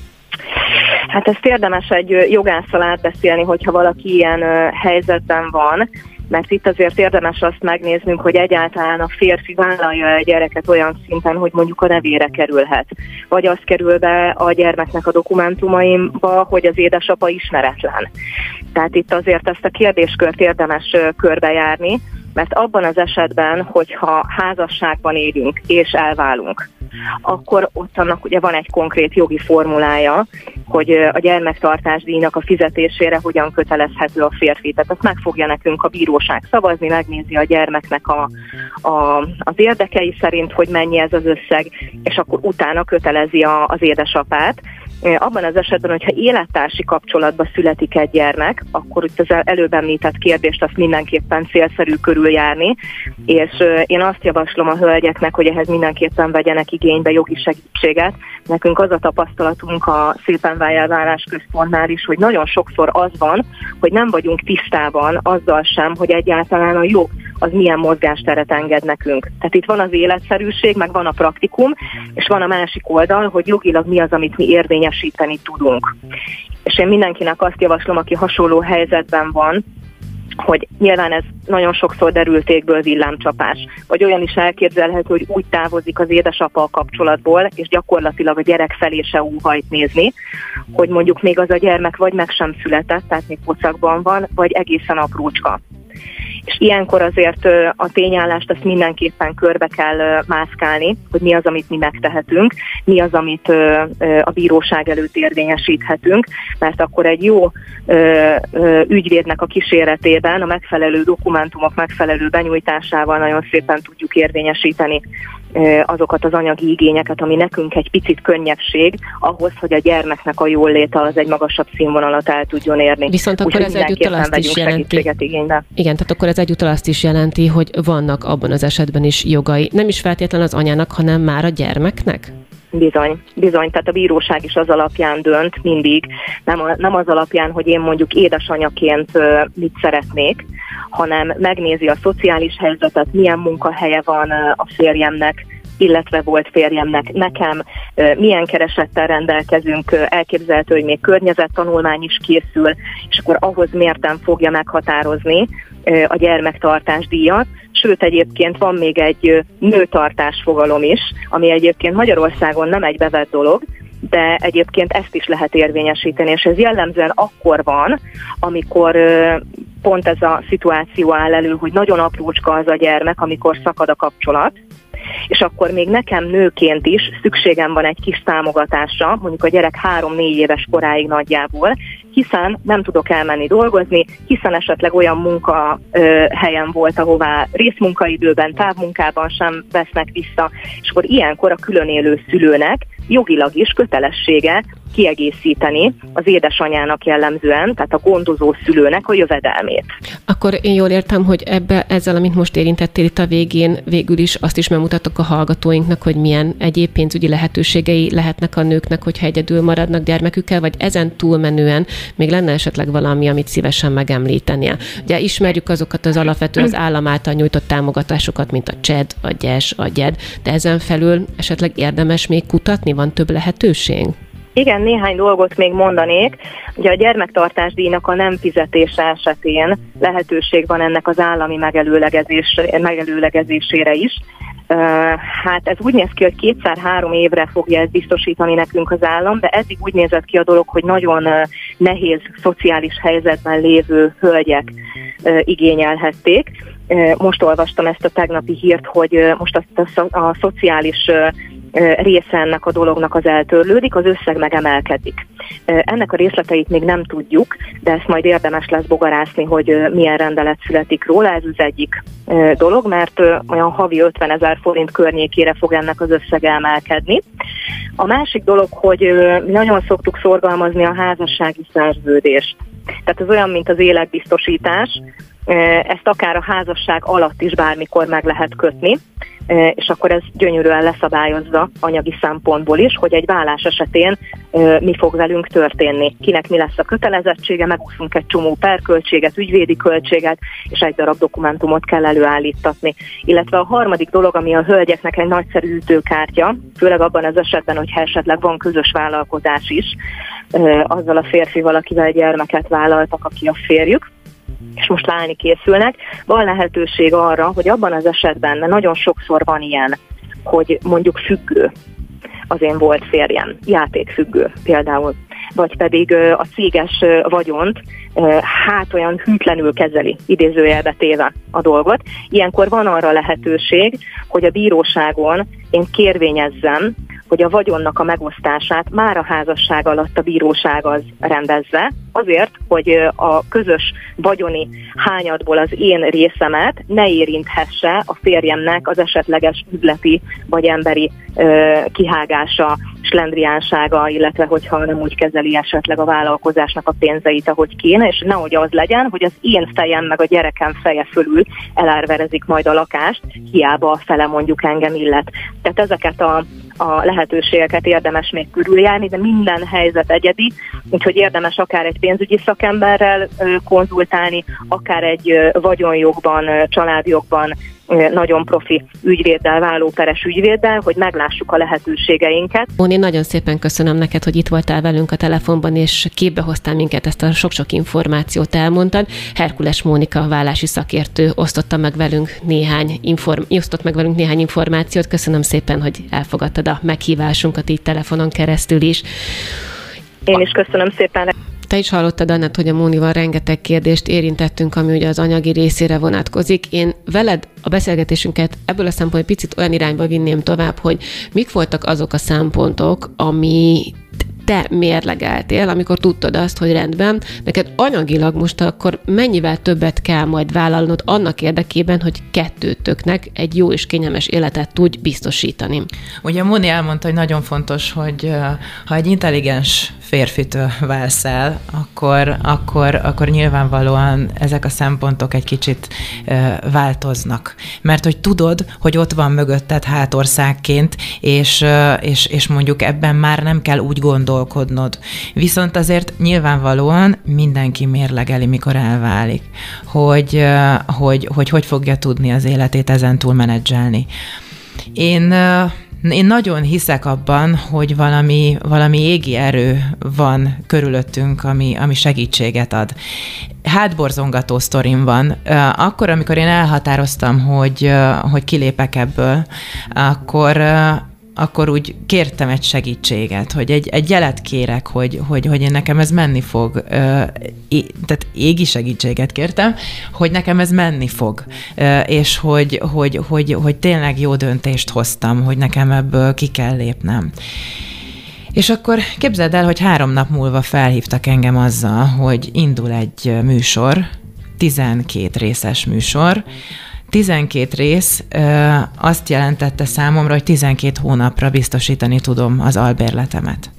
[SPEAKER 4] Hát ezt érdemes egy jogásszal átbeszélni, hogyha valaki ilyen helyzetben van, mert itt azért érdemes azt megnéznünk, hogy egyáltalán a férfi vállalja a gyereket olyan szinten, hogy mondjuk a nevére kerülhet. Vagy az kerül be a gyermeknek a dokumentumaimba, hogy az édesapa ismeretlen. Tehát itt azért ezt a kérdéskört érdemes körbejárni, mert abban az esetben, hogyha házasságban élünk és elválunk, akkor ott annak ugye van egy konkrét jogi formulája, hogy a gyermektartásdíjnak a fizetésére hogyan kötelezhető a férfi. Tehát azt meg fogja nekünk a bíróság szavazni, megnézi a gyermeknek a, a, az érdekei szerint, hogy mennyi ez az összeg, és akkor utána kötelezi a, az édesapát. Abban az esetben, hogyha élettársi kapcsolatban születik egy gyermek, akkor itt az előbb említett kérdést azt mindenképpen célszerű körüljárni, és én azt javaslom a hölgyeknek, hogy ehhez mindenképpen vegyenek igénybe jogi segítséget. Nekünk az a tapasztalatunk a Szépen Váljál Központnál is, hogy nagyon sokszor az van, hogy nem vagyunk tisztában azzal sem, hogy egyáltalán a jog az milyen mozgásteret enged nekünk. Tehát itt van az életszerűség, meg van a praktikum, és van a másik oldal, hogy jogilag mi az, amit mi érvényesíteni tudunk. És én mindenkinek azt javaslom, aki hasonló helyzetben van, hogy nyilván ez nagyon sokszor derültékből villámcsapás. Vagy olyan is elképzelhető, hogy úgy távozik az édesapa a kapcsolatból, és gyakorlatilag a gyerek felé se óhajt nézni, hogy mondjuk még az a gyermek vagy meg sem született, tehát még pocakban van, vagy egészen aprócska. És ilyenkor azért a tényállást azt mindenképpen körbe kell mászkálni, hogy mi az, amit mi megtehetünk, mi az, amit a bíróság előtt érvényesíthetünk, mert akkor egy jó ügyvédnek a kíséretében a megfelelő dokumentumok megfelelő benyújtásával nagyon szépen tudjuk érvényesíteni azokat az anyagi igényeket, ami nekünk egy picit könnyebbség ahhoz, hogy a gyermeknek a jóléte az egy magasabb színvonalat el tudjon érni.
[SPEAKER 3] Viszont akkor ez egyúttal azt is jelenti, igen, tehát akkor ez egyúttal azt is jelenti, hogy vannak abban az esetben is jogai, nem is feltétlenül az anyának, hanem már a gyermeknek?
[SPEAKER 4] Bizony, bizony, tehát a bíróság is az alapján dönt mindig, nem, a, nem az alapján, hogy én mondjuk édesanyaként uh, mit szeretnék, hanem megnézi a szociális helyzetet, milyen munkahelye van uh, a férjemnek, illetve volt férjemnek, nekem, uh, milyen keresettel rendelkezünk, uh, elképzelhető, hogy még környezettanulmány is készül, és akkor ahhoz mérten fogja meghatározni uh, a gyermektartásdíjat. Sőt, egyébként van még egy nőtartás fogalom is, ami egyébként Magyarországon nem egy bevett dolog, de egyébként ezt is lehet érvényesíteni, és ez jellemzően akkor van, amikor pont ez a szituáció áll elő, hogy nagyon aprócska az a gyermek, amikor szakad a kapcsolat, és akkor még nekem nőként is szükségem van egy kis támogatásra, mondjuk a gyerek három-négy éves koráig nagyjából, hiszen nem tudok elmenni dolgozni, hiszen esetleg olyan munkahelyen volt, ahová részmunkaidőben, távmunkában sem vesznek vissza, és akkor ilyenkor a különélő szülőnek jogilag is kötelessége kiegészíteni az édesanyának jellemzően, tehát a gondozó szülőnek a jövedelmét.
[SPEAKER 3] Akkor én jól értem, hogy ebbe, ezzel, amit most érintettél itt a végén, végül is azt is megmutatok a hallgatóinknak, hogy milyen egyéb pénzügyi lehetőségei lehetnek a nőknek, hogyha egyedül maradnak gyermekükkel, vagy ezen túlmenően még lenne esetleg valami, amit szívesen megemlítenie. Ugye ismerjük azokat az alapvető az állam által nyújtott támogatásokat, mint a cséd, a gyes, a gyed, de ezen felül esetleg érdemes még kutatni? Van több lehetőség?
[SPEAKER 4] Igen, néhány dolgot még mondanék. Ugye a gyermektartásdíjnak a nem fizetése esetén lehetőség van ennek az állami megelőlegezés, megelőlegezésére is. Hát ez úgy néz ki, hogy kétszer-három évre fogja ezt biztosítani nekünk az állam, de eddig úgy nézett ki a dolog, hogy nagyon nehéz szociális helyzetben lévő hölgyek igényelhették. Most olvastam ezt a tegnapi hírt, hogy most a, a, a szociális része ennek a dolognak az eltörlődik, az összeg megemelkedik. Ennek a részleteit még nem tudjuk, de ezt majd érdemes lesz bogarászni, hogy milyen rendelet születik róla, ez az egyik dolog, mert olyan havi ötvenezer forint környékére fog ennek az összeg emelkedni. A másik dolog, hogy mi nagyon szoktuk szorgalmazni a házassági szerződést. Tehát ez olyan, mint az életbiztosítás, ezt akár a házasság alatt is bármikor meg lehet kötni, és akkor ez gyönyörűen leszabályozza anyagi szempontból is, hogy egy vállás esetén mi fog velünk történni, kinek mi lesz a kötelezettsége, megúszunk egy csomó perköltséget, ügyvédi költséget, és egy darab dokumentumot kell előállítatni. Illetve a harmadik dolog, ami a hölgyeknek egy nagyszerű ütőkártya, főleg abban az esetben, hogyha esetleg van közös vállalkozás is, azzal a férfival, akivel gyermeket vállaltak, aki a férjük, és most válni készülnek, van lehetőség arra, hogy abban az esetben, mert nagyon sokszor van ilyen, hogy mondjuk függő az én volt férjem, játékfüggő például, vagy pedig a céges vagyont hát olyan hűtlenül kezeli, idézőjelbe téve a dolgot. Ilyenkor van arra lehetőség, hogy a bíróságon én kérvényezzem, hogy a vagyonnak a megosztását már a házasság alatt a bíróság az rendezze, azért, hogy a közös vagyoni hányadból az én részemet ne érinthesse a férjemnek az esetleges üzleti vagy emberi ö, kihágása, slendriánsága, illetve hogyha nem úgy kezeli esetleg a vállalkozásnak a pénzeit, ahogy kéne, és nehogy az legyen, hogy az én fejem meg a gyerekem feje fölül elárverezik majd a lakást, hiába a fele mondjuk engem illet. Tehát ezeket a a lehetőségeket érdemes még körüljárni, de minden helyzet egyedi, úgyhogy érdemes akár egy pénzügyi szakemberrel konzultálni, akár egy vagyonjogban, családjogban nagyon profi ügyvéddel, vállóperes ügyvéddel, hogy meglássuk a lehetőségeinket.
[SPEAKER 3] Móni, nagyon szépen köszönöm neked, hogy itt voltál velünk a telefonban, és képbe hoztál minket, ezt a sok-sok információt elmondtad. Herkules Mónika, vállási szakértő osztotta meg velünk néhány, inform- osztott meg velünk néhány információt. Köszönöm szépen, hogy elfogadtad a meghívásunkat így telefonon keresztül is.
[SPEAKER 4] Én is köszönöm szépen.
[SPEAKER 3] Te is hallottad, Annett, hogy a Mónival rengeteg kérdést érintettünk, ami ugye az anyagi részére vonatkozik. Én veled a beszélgetésünket ebből a szempontból picit olyan irányba vinném tovább, hogy mik voltak azok a szempontok, ami te mérlegeltél, amikor tudtad azt, hogy rendben, neked anyagilag most akkor mennyivel többet kell majd vállalnod annak érdekében, hogy kettőtöknek egy jó és kényelmes életet tudj biztosítani.
[SPEAKER 2] Ugye Móni elmondta, hogy nagyon fontos, hogy ha egy intelligens férfitől válsz el, akkor, akkor, akkor nyilvánvalóan ezek a szempontok egy kicsit változnak. Mert hogy tudod, hogy ott van mögötted hátországként, és, és, és mondjuk ebben már nem kell úgy gondolkodnod. Viszont azért nyilvánvalóan mindenki mérlegeli, mikor elválik, hogy hogy, hogy, hogy fogja tudni az életét ezen túl menedzselni. Én... Én nagyon hiszek abban, hogy valami, valami égi erő van körülöttünk, ami, ami segítséget ad. Hátborzongató sztorim van. Akkor, amikor én elhatároztam, hogy, hogy kilépek ebből, akkor... akkor úgy kértem egy segítséget, hogy egy, egy jelet kérek, hogy, hogy, hogy én nekem ez menni fog. Tehát égi segítséget kértem, hogy nekem ez menni fog. És hogy, hogy, hogy, hogy tényleg jó döntést hoztam, hogy nekem ebből ki kell lépnem. És akkor képzeld el, hogy három nap múlva felhívtak engem azzal, hogy indul egy műsor, tizenkét részes műsor, tizenkét rész ö, azt jelentette számomra, hogy tizenkét hónapra biztosítani tudom az albérletemet.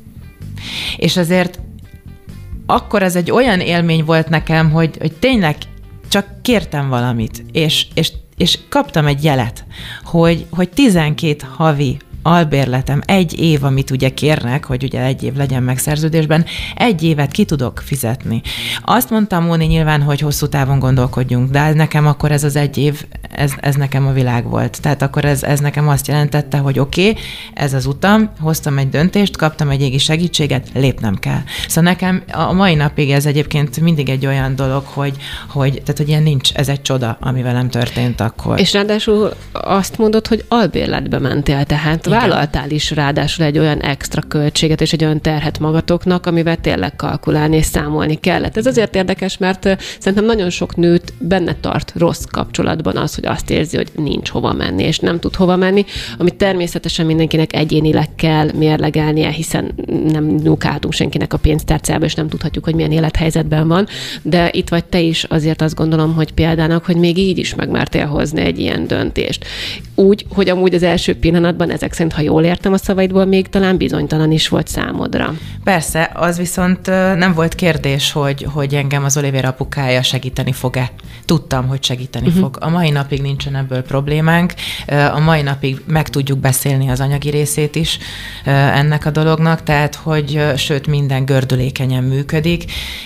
[SPEAKER 2] És azért akkor ez egy olyan élmény volt nekem, hogy, hogy tényleg csak kértem valamit, és, és, és kaptam egy jelet, hogy, hogy tizenkét havi albérletem, egy év, amit ugye kérnek, hogy ugye egy év legyen meg szerződésben, egy évet ki tudok fizetni. Azt mondtam Móni nyilván, hogy hosszú távon gondolkodjunk, de nekem akkor ez az egy év, ez, ez nekem a világ volt. Tehát akkor ez, ez nekem azt jelentette, hogy oké, okay, ez az utam, hoztam egy döntést, kaptam egy égi segítséget, lépnem kell. Szóval nekem a mai napig ez egyébként mindig egy olyan dolog, hogy, hogy, tehát, hogy ilyen nincs, ez egy csoda, ami velem történt akkor.
[SPEAKER 3] És ráadásul azt mondod, hogy albérletbe mentél, tehát igen. Vállaltál is ráadásul egy olyan extra költséget és egy olyan terhet magatoknak, amivel tényleg kalkulálni és számolni kellett. Ez azért érdekes, mert szerintem nagyon sok nőt benne tart rossz kapcsolatban az, hogy azt érzi, hogy nincs hova menni, és nem tud hova menni, amit természetesen mindenkinek egyénileg kell mérlegelnie, hiszen nem nyúkáltunk senkinek a pénztárcába, és nem tudhatjuk, hogy milyen élethelyzetben van, de itt vagy te is azért azt gondolom, hogy példának, hogy még így is megmertél hozni egy ilyen döntést. Úgy, hogy amúgy az első pillanatban ezek szerint, ha jól értem a szavaidból, még talán bizonytalan is volt számodra.
[SPEAKER 2] Persze, az viszont nem volt kérdés, hogy, hogy engem az Olivér apukája segíteni fog-e. Tudtam, hogy segíteni uh-huh. fog. A mai napig nincsen ebből problémánk. A mai napig meg tudjuk beszélni az anyagi részét is ennek a dolognak, tehát, hogy sőt, minden gördülékenyen működik.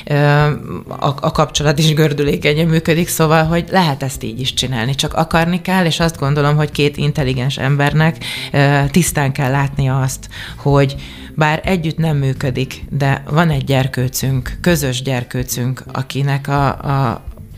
[SPEAKER 2] A, a kapcsolat is gördülékenyen működik, szóval, hogy lehet ezt így is csinálni, csak akarni kell, és azt gondolom, hogy két intelligens embernek tisztán kell látnia azt, hogy bár együtt nem működik, de van egy gyerkőcünk, közös gyerkőcünk, akinek a, a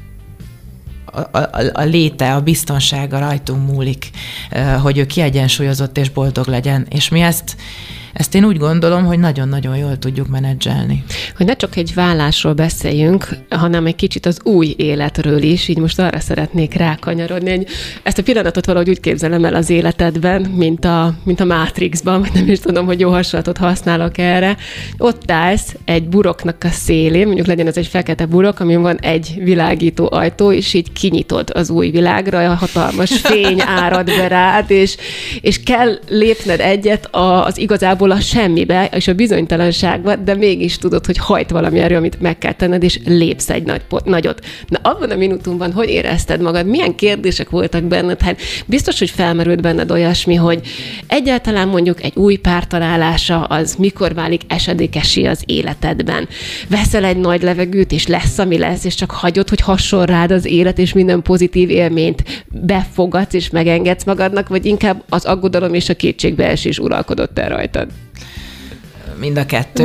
[SPEAKER 2] A, a, a léte, a biztonsága rajtunk múlik, hogy ő kiegyensúlyozott és boldog legyen. És mi ezt, ezt én úgy gondolom, hogy nagyon-nagyon jól tudjuk menedzselni.
[SPEAKER 3] Hogy ne csak egy vállásról beszéljünk, hanem egy kicsit az új életről is, így most arra szeretnék rákanyarodni, hogy ezt a pillanatot valahogy úgy képzelem el az életedben, mint a, mint a Matrixban, vagy nem is tudom, hogy jó hasonlatot használok erre. Ott állsz egy buroknak a szélén, mondjuk legyen ez egy fekete burok, amin van egy világító ajtó, és így kinyitod az új világra, a hatalmas fény árad be rád, és, és kell lépned egyet az igazából a semmibe, és a bizonytalanságba, de mégis tudod, hogy hajt valami erő, amit meg kell tenned, és lépsz egy nagy, nagyot. Na, abban a minutumban hogy érezted magad? Milyen kérdések voltak benned? Hát biztos, hogy felmerült benned olyasmi, hogy egyáltalán mondjuk egy új pár találása az mikor válik esedékessé az életedben. Veszel egy nagy levegőt, és lesz, ami lesz, és csak hagyod, hogy hasson rád az élet, és minden pozitív élményt befogadsz, és megengedsz magadnak, vagy inkább az aggodalom és a kétségbeesés uralkodott el rajtad?
[SPEAKER 2] Mind a kettő.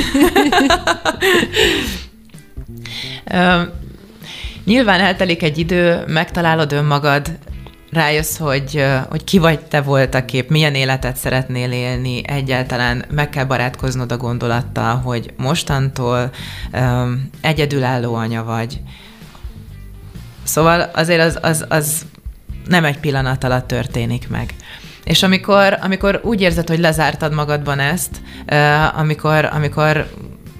[SPEAKER 2] uh, nyilván eltelik egy idő, megtalálod önmagad, rájössz, hogy, hogy ki vagy te voltaképp, milyen életet szeretnél élni, egyáltalán meg kell barátkoznod a gondolattal, hogy mostantól um, egyedülálló anya vagy. Szóval azért az, az, az nem egy pillanat alatt történik meg. És amikor, amikor úgy érzed, hogy lezártad magadban ezt, uh, amikor, amikor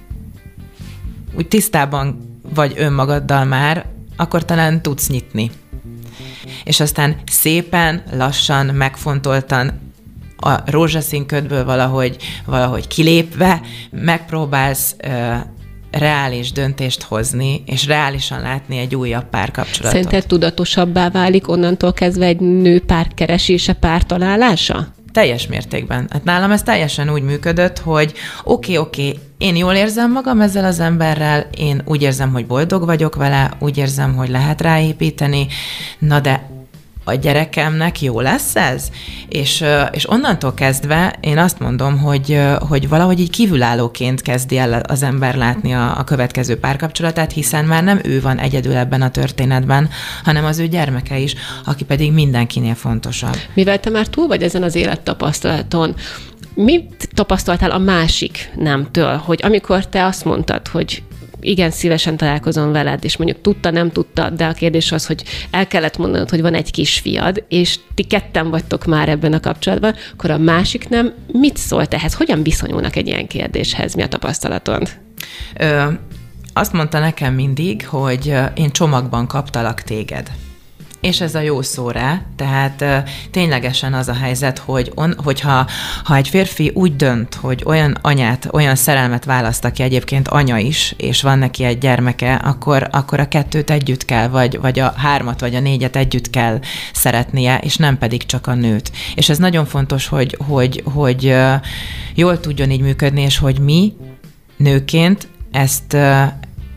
[SPEAKER 2] úgy tisztában vagy önmagaddal már, akkor talán tudsz nyitni. És aztán szépen, lassan, megfontoltan a rózsaszín ködből valahogy, valahogy kilépve megpróbálsz uh, reális döntést hozni, és reálisan látni egy újabb párkapcsolatot.
[SPEAKER 3] Szerinted tudatosabbá válik onnantól kezdve egy nő párkeresése, pártalálása?
[SPEAKER 2] Teljes mértékben. Hát nálam ez teljesen úgy működött, hogy oké, okay, oké, okay, én jól érzem magam ezzel az emberrel, én úgy érzem, hogy boldog vagyok vele, úgy érzem, hogy lehet ráépíteni, na de a gyerekemnek jó lesz ez? És, és onnantól kezdve én azt mondom, hogy, hogy valahogy így kívülállóként kezdi el az ember látni a, a következő párkapcsolatát, hiszen már nem ő van egyedül ebben a történetben, hanem az ő gyermeke is, aki pedig mindenkinél fontosabb.
[SPEAKER 3] Mivel te már túl vagy ezen az élettapasztalaton, mit tapasztaltál a másik nemtől, hogy amikor te azt mondtad, hogy igen, szívesen találkozom veled, és mondjuk tudta, nem tudta, de a kérdés az, hogy el kellett mondanod, hogy van egy kisfiad, és ti ketten vagytok már ebben a kapcsolatban, akkor a másik nem mit szólt ehhez? Hogyan viszonyulnak egy ilyen kérdéshez? Mi a tapasztalatod?
[SPEAKER 2] Ö, azt mondta nekem mindig, hogy én csomagban kaptalak téged. És ez a jó szó rá, tehát uh, ténylegesen az a helyzet, hogy on, hogyha ha egy férfi úgy dönt, hogy olyan anyát, olyan szerelmet választ, aki egyébként anya is, és van neki egy gyermeke, akkor, akkor a kettőt együtt kell, vagy, vagy a hármat, vagy a négyet együtt kell szeretnie, és nem pedig csak a nőt. És ez nagyon fontos, hogy, hogy, hogy uh, jól tudjon így működni, és hogy mi nőként ezt uh,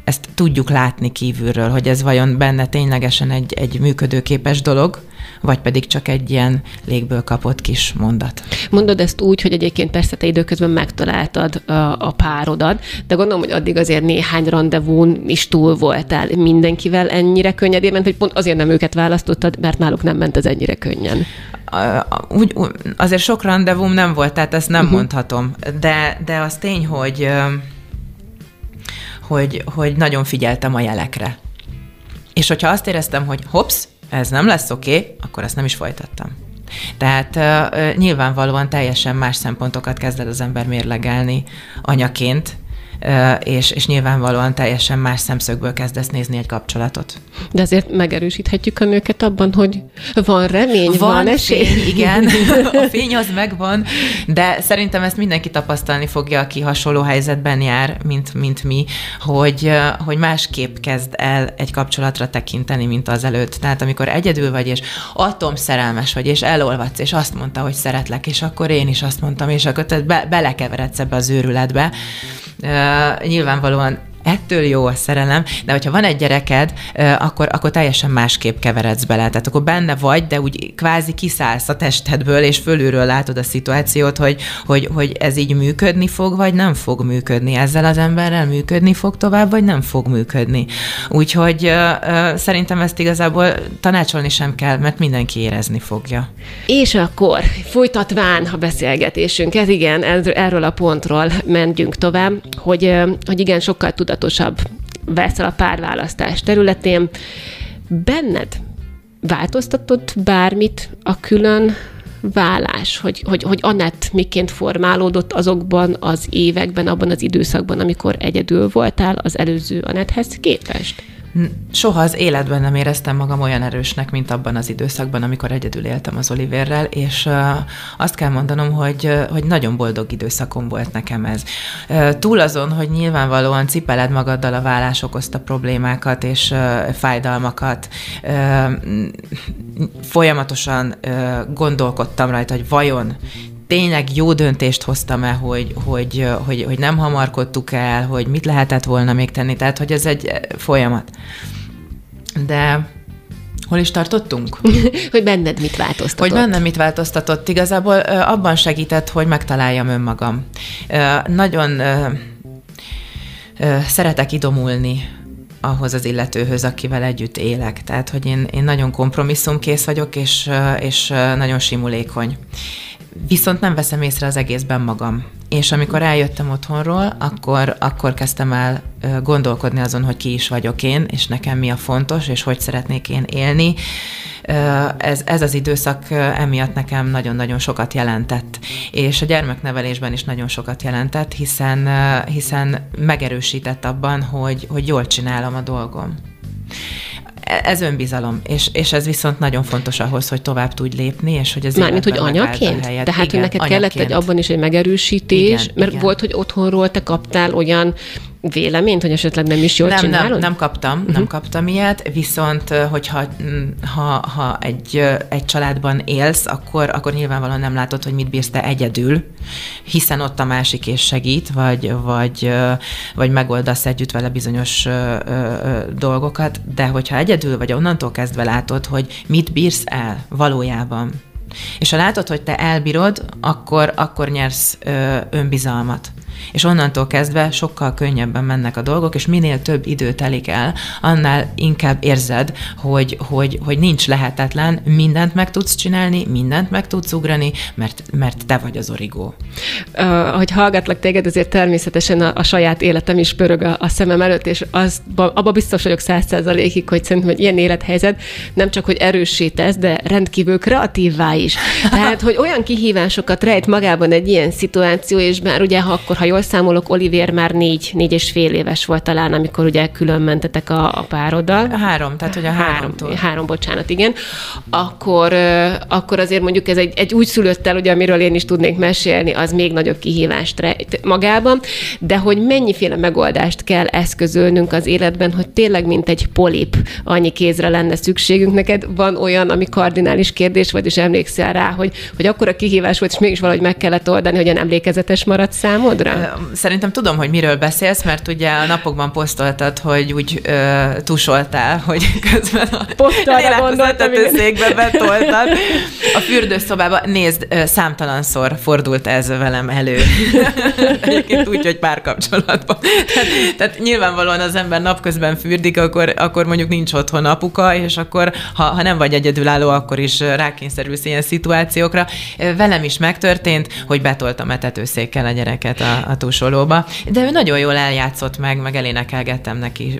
[SPEAKER 2] ezt tudjuk látni kívülről, hogy ez vajon benne ténylegesen egy, egy működőképes dolog, vagy pedig csak egy ilyen légből kapott kis mondat.
[SPEAKER 3] Mondod ezt úgy, hogy egyébként persze te időközben megtaláltad a, a párodat, de gondolom, hogy addig azért néhány randevún is túl voltál. Mindenkivel ennyire könnyedén ment, vagy pont azért nem őket választottad, mert náluk nem ment ez ennyire könnyen?
[SPEAKER 2] Úgy, azért sok randevúm nem volt, tehát ezt nem uh-huh. mondhatom. De, de az tény, hogy, hogy, hogy nagyon figyeltem a jelekre. És hogyha azt éreztem, hogy hopsz, ez nem lesz oké, okay, akkor ezt nem is folytattam. Tehát uh, nyilvánvalóan teljesen más szempontokat kezd el az ember mérlegelni anyaként, uh, és, és nyilvánvalóan teljesen más szemszögből kezdesz nézni egy kapcsolatot.
[SPEAKER 3] De azért megerősíthetjük a nőket abban, hogy van remény, van, van esély.
[SPEAKER 2] Fény, igen, a fény az megvan, de szerintem ezt mindenki tapasztalni fogja, aki hasonló helyzetben jár, mint, mint mi, hogy, hogy másképp kezd el egy kapcsolatra tekinteni, mint az előtt. Tehát amikor egyedül vagy, és atomszerelmes vagy, és elolvadsz, és azt mondta, hogy szeretlek, és akkor én is azt mondtam, és akkor te be, belekeveredsz ebbe az őrületbe. Uh, nyilvánvalóan ettől jó a szerelem, de hogyha van egy gyereked, akkor, akkor teljesen másképp keveredsz bele. Tehát akkor benne vagy, de úgy kvázi kiszállsz a testedből, és fölülről látod a szituációt, hogy, hogy, hogy ez így működni fog, vagy nem fog működni. Ezzel az emberrel működni fog tovább, vagy nem fog működni. Úgyhogy uh, szerintem ezt igazából tanácsolni sem kell, mert mindenki érezni fogja.
[SPEAKER 3] És akkor folytatván a beszélgetésünket, igen, erről a pontról menjünk tovább, hogy, hogy igen, sokkal tudatosabb veszel a párválasztás területén. Benned változtatott bármit a külön válás? Hogy, hogy, hogy Anett miként formálódott azokban az években, abban az időszakban, amikor egyedül voltál az előző Anetthez képest?
[SPEAKER 2] Soha az életben nem éreztem magam olyan erősnek, mint abban az időszakban, amikor egyedül éltem az Oliverrel, és uh, azt kell mondanom, hogy, uh, hogy nagyon boldog időszakom volt nekem ez. Uh, túl azon, hogy nyilvánvalóan cipeled magaddal a vállás okozta problémákat és uh, fájdalmakat, uh, folyamatosan uh, gondolkodtam rajta, hogy vajon tényleg jó döntést hoztam-e, hogy, hogy, hogy, hogy nem hamarkodtuk el, hogy mit lehetett volna még tenni, tehát hogy ez egy folyamat. De hol is tartottunk?
[SPEAKER 3] Hogy benned mit változtatott?
[SPEAKER 2] Hogy bennem mit változtatott? Igazából abban segített, hogy megtaláljam önmagam. Nagyon szeretek idomulni ahhoz az illetőhöz, akivel együtt élek. Tehát, hogy én, én nagyon kompromisszumkész vagyok, és, és nagyon simulékony. Viszont nem veszem észre az egészben magam. És amikor eljöttem otthonról, akkor, akkor kezdtem el gondolkodni azon, hogy ki is vagyok én, és nekem mi a fontos, és hogy szeretnék én élni. Ez, ez az időszak emiatt nekem nagyon-nagyon sokat jelentett. És a gyermeknevelésben is nagyon sokat jelentett, hiszen, hiszen megerősített abban, hogy, hogy jól csinálom a dolgom. Ez önbizalom, és, és ez viszont nagyon fontos ahhoz, hogy tovább tudj lépni, és hogy az
[SPEAKER 3] mármint, hogy anyaként? Tehát, igen, neked anyaként. Kellett egy abban is egy megerősítés, igen, mert igen. Volt, hogy otthonról te kaptál olyan véleményt, hogy esetleg nem is jól
[SPEAKER 2] nem,
[SPEAKER 3] csinálod?
[SPEAKER 2] Nem, nem kaptam, uh-huh. nem kaptam ilyet, viszont hogyha ha, ha egy, egy családban élsz, akkor, akkor nyilvánvalóan nem látod, hogy mit bírsz te egyedül, hiszen ott a másik és segít, vagy, vagy, vagy megoldasz együtt vele bizonyos dolgokat, de hogyha egyedül vagy, onnantól kezdve látod, hogy mit bírsz el valójában. És ha látod, hogy te elbírod, akkor, akkor nyersz ö, önbizalmat. És onnantól kezdve sokkal könnyebben mennek a dolgok, és minél több idő telik el, annál inkább érzed, hogy, hogy, hogy nincs lehetetlen, mindent meg tudsz csinálni, mindent meg tudsz ugrani, mert, mert te vagy az origó.
[SPEAKER 3] Uh, ahogy hallgatlak téged, azért természetesen a, a saját életem is pörög a, a szemem előtt, és az, abba biztos vagyok száz százalékig, hogy szerintem, hogy ilyen élethelyzet nem csak, hogy erőssé tesz, de rendkívül kreatívvá is. Tehát, hogy olyan kihívásokat rejt magában egy ilyen szituáció, és már ugye, ha akkor, ha jól számolok, Oliver már négy, négy és fél éves volt talán, amikor ugye külön mentetek a, a pároddal.
[SPEAKER 2] Három, tehát hogy a háromtól.
[SPEAKER 3] Három, három, bocsánat, igen. Akkor, akkor azért mondjuk ez egy, egy úgy szülött el, ugye, amiről én is tudnék mesélni, az még nagyobb kihívást rejt magában, de hogy mennyiféle megoldást kell eszközölnünk az életben, hogy tényleg mint egy polip annyi kézre lenne szükségünk. Neked van olyan, ami kardinális kérdés volt, és emlékszel rá, hogy, hogy akkor a kihívás volt, és mégis valahogy meg kellett oldani, hogy olyan emlékezetes maradt számodra?
[SPEAKER 2] Szerintem tudom, hogy miről beszélsz, mert ugye a napokban posztoltad, hogy úgy ö, tusoltál, hogy közben a lélekoztatőszékbe betoltad a fürdőszobába. Nézd, számtalanszor fordult ez velem elő. Egyébként úgy, hogy párkapcsolatban. Tehát, tehát nyilvánvalóan az ember napközben fürdik, akkor, akkor mondjuk nincs otthon apuka, és akkor, ha, ha nem vagy egyedülálló, akkor is rákényszerülsz ilyen szituációkra. Velem is megtörtént, hogy betoltam etetőszékkel a gyereket a, a tusolóba, de ő nagyon jól eljátszott meg, meg elénekelgettem neki.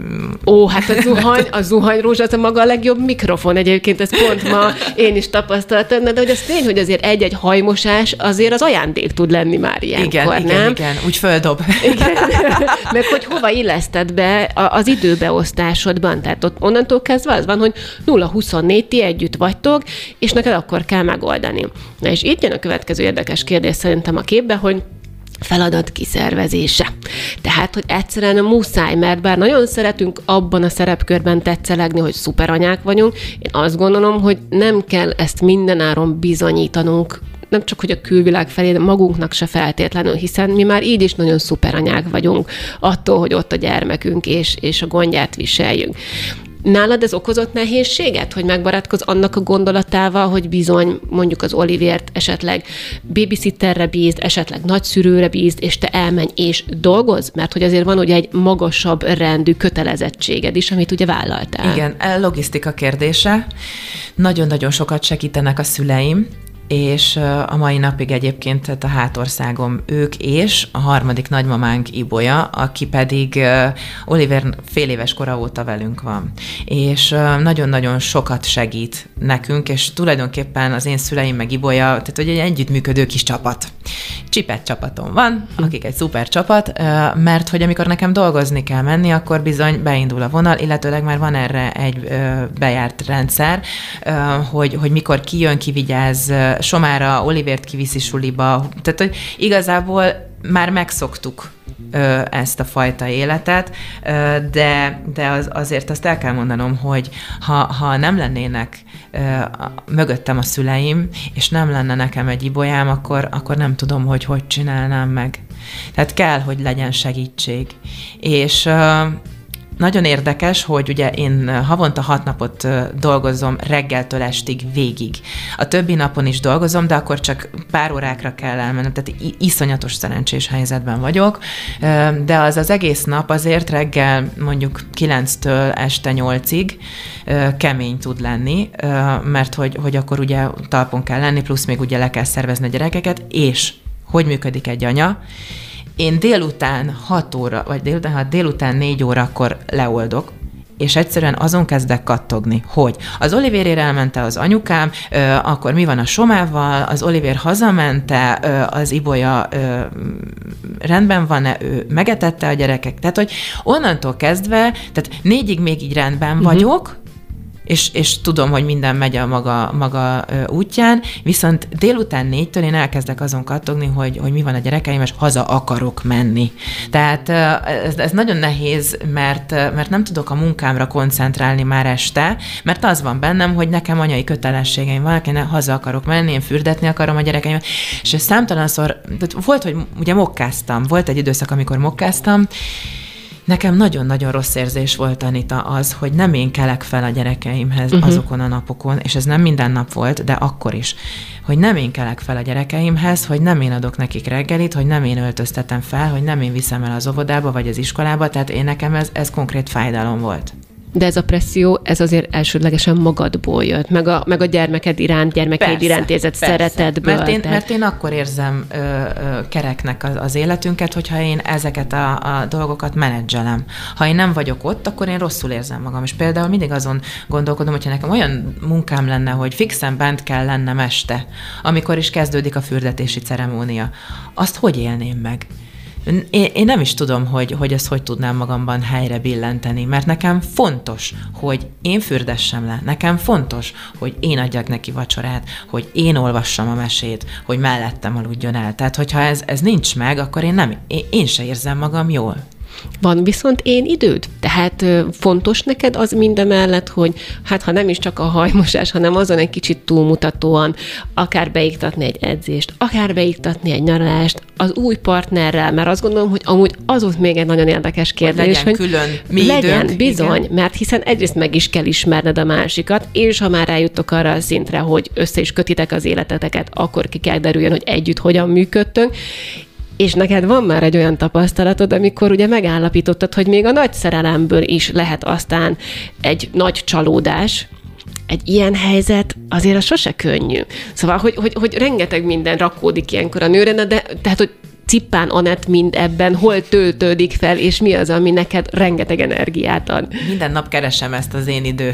[SPEAKER 3] Ó, hát a zuhany, a zuhanyrózsa az a maga a legjobb mikrofon egyébként, ez pont ma én is tapasztaltam, de hogy az tény, hogy azért egy-egy hajmosás azért az ajándék tud lenni már ilyenkor,
[SPEAKER 2] igen,
[SPEAKER 3] nem?
[SPEAKER 2] Igen, igen, úgy földob.
[SPEAKER 3] Igen. Meg hogy hova illeszted be az időbeosztásodban, tehát ott onnantól kezdve az van, hogy nulla huszonnégy ti együtt vagytok, és neked akkor kell megoldani. Na és itt jön a következő érdekes kérdés szerintem a képbe, hogy feladat kiszervezése. Tehát, hogy egyszerűen muszáj, mert bár nagyon szeretünk abban a szerepkörben tetszelegni, hogy szuperanyák vagyunk, én azt gondolom, hogy nem kell ezt mindenáron bizonyítanunk, nem csak, hogy a külvilág felé, de magunknak se feltétlenül, hiszen mi már így is nagyon szuperanyák vagyunk attól, hogy ott a gyermekünk és, és a gondját viseljünk. Nálad ez okozott nehézséget, hogy megbarátkozz annak a gondolatával, hogy bizony mondjuk az Olivért esetleg babysitterre bízd, esetleg nagyszülőre bízd, és te elmenj és dolgozz? Mert hogy azért van ugye egy magasabb rendű kötelezettséged is, amit ugye vállaltál.
[SPEAKER 2] Igen, logisztika kérdése. Nagyon-nagyon sokat segítenek a szüleim, és a mai napig egyébként tehát a hátországom ők, és a harmadik nagymamánk Ibolya, aki pedig Oliver fél éves kora óta velünk van. És nagyon-nagyon sokat segít nekünk, és tulajdonképpen az én szüleim meg Ibolya, tehát hogy egy együttműködő kis csapat. Csipet csapatom van, akik egy szuper csapat, mert hogy amikor nekem dolgozni kell menni, akkor bizony beindul a vonal, illetőleg már van erre egy bejárt rendszer, hogy, hogy mikor kijön, kivigyáz Somára, Olivért kiviszi suliba, tehát hogy igazából már megszoktuk ezt a fajta életet, de, de az, azért azt el kell mondanom, hogy ha, ha nem lennének mögöttem a szüleim, és nem lenne nekem egy Ibolyám, akkor, akkor nem tudom, hogy hogy csinálnám meg. Tehát kell, hogy legyen segítség. És nagyon érdekes, hogy ugye én havonta hat napot dolgozom reggeltől estig végig. A többi napon is dolgozom, de akkor csak pár órákra kell elmennem, tehát iszonyatos szerencsés helyzetben vagyok, de az az egész nap azért reggel mondjuk kilenctől este nyolcig kemény tud lenni, mert hogy, hogy akkor ugye talpon kell lenni, plusz még ugye le kell szervezni a gyerekeket, és hogy működik egy anya. Én délután hat óra, vagy délután, hát délután négy órakor leoldok, és egyszerűen azon kezdek kattogni, hogy az Olivérére elmente az anyukám, akkor mi van a Somával, az Olivér hazamente, az Ibolya rendben van-e, ő megetette a gyerekek, tehát hogy onnantól kezdve, tehát négyig még így rendben uh-huh. vagyok, És, és tudom, hogy minden megy a maga, maga útján, viszont délután négytől én elkezdek azon kattogni, hogy, hogy mi van a gyerekeim, és haza akarok menni. Tehát ez, ez nagyon nehéz, mert, mert nem tudok a munkámra koncentrálni már este, mert az van bennem, hogy nekem anyai kötelességeim vannak, én haza akarok menni, én fürdetni akarom a gyerekeimet, és ez számtalanszor, volt, hogy ugye mokkáztam, volt egy időszak, amikor mokkáztam. Nekem nagyon-nagyon rossz érzés volt, Anita, az, hogy nem én kelek fel a gyerekeimhez uh-huh. azokon a napokon, és ez nem minden nap volt, de akkor is, hogy nem én kelek fel a gyerekeimhez, hogy nem én adok nekik reggelit, hogy nem én öltöztetem fel, hogy nem én viszem el az óvodába vagy az iskolába, tehát én nekem ez, ez konkrét fájdalom volt.
[SPEAKER 3] De ez a presszió, ez azért elsődlegesen magadból jött, meg a, meg a gyermeked iránt, gyermekeid persze, iránt érzett persze. szeretetből.
[SPEAKER 2] Mert én, mert én akkor érzem ö, ö, kereknek az, az életünket, hogyha én ezeket a, a dolgokat menedzselem. Ha én nem vagyok ott, akkor én rosszul érzem magam. És például mindig azon gondolkodom, hogyha nekem olyan munkám lenne, hogy fixen bent kell lennem este, amikor is kezdődik a fürdetési ceremónia. Azt hogy élném meg? Én, én nem is tudom, hogy, hogy ezt hogy tudnám magamban helyre billenteni, mert nekem fontos, hogy én fürdessem le, nekem fontos, hogy én adjak neki vacsorát, hogy én olvassam a mesét, hogy mellettem aludjon el. Tehát, hogyha ez, ez nincs meg, akkor én, nem, én, én se érzem magam jól.
[SPEAKER 3] Van viszont én időd? Tehát fontos neked az mindemellett, hogy hát ha nem is csak a hajmosás, hanem azon egy kicsit túlmutatóan akár beiktatni egy edzést, akár beiktatni egy nyaralást az új partnerrel, mert azt gondolom, hogy amúgy az volt még egy nagyon érdekes kérdés,
[SPEAKER 2] hogy legyen
[SPEAKER 3] hogy
[SPEAKER 2] külön mi
[SPEAKER 3] legyen,
[SPEAKER 2] időnk,
[SPEAKER 3] bizony,
[SPEAKER 2] igen.
[SPEAKER 3] mert hiszen egyrészt meg is kell ismerned a másikat, és ha már eljutok arra a szintre, hogy össze is kötitek az életeteket, akkor ki kell derüljön, hogy együtt hogyan működtünk. És neked van már egy olyan tapasztalatod, amikor ugye megállapítottad, hogy még a nagy szerelemből is lehet aztán egy nagy csalódás. Egy ilyen helyzet azért az sose könnyű. Szóval, hogy, hogy, hogy rengeteg minden rakódik ilyenkor a nőre, de tehát, hogy Cippán Anett mind ebben hol töltődik fel, és mi az, ami neked rengeteg energiát ad?
[SPEAKER 2] Minden nap keresem ezt az én idő.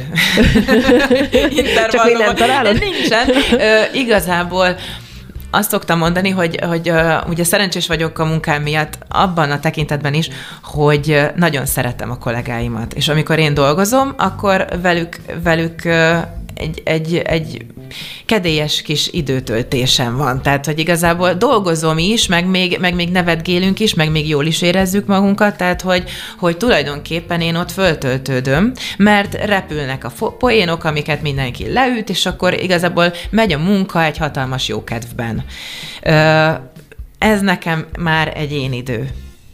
[SPEAKER 3] Csak még nem találod?
[SPEAKER 2] Nincsen. Ö, igazából azt szoktam mondani, hogy, hogy uh, ugye szerencsés vagyok a munkám miatt abban a tekintetben is, hogy uh, nagyon szeretem a kollégáimat. És amikor én dolgozom, akkor velük, velük uh, egy, egy, egy kedélyes kis időtöltésem van. Tehát, hogy igazából dolgozom is, meg még, meg még nevetgélünk is, meg még jól is érezzük magunkat, tehát, hogy, hogy tulajdonképpen én ott föltöltődöm, mert repülnek a poénok, amiket mindenki leüt, és akkor igazából megy a munka egy hatalmas jókedvben. Ez nekem már egy én idő.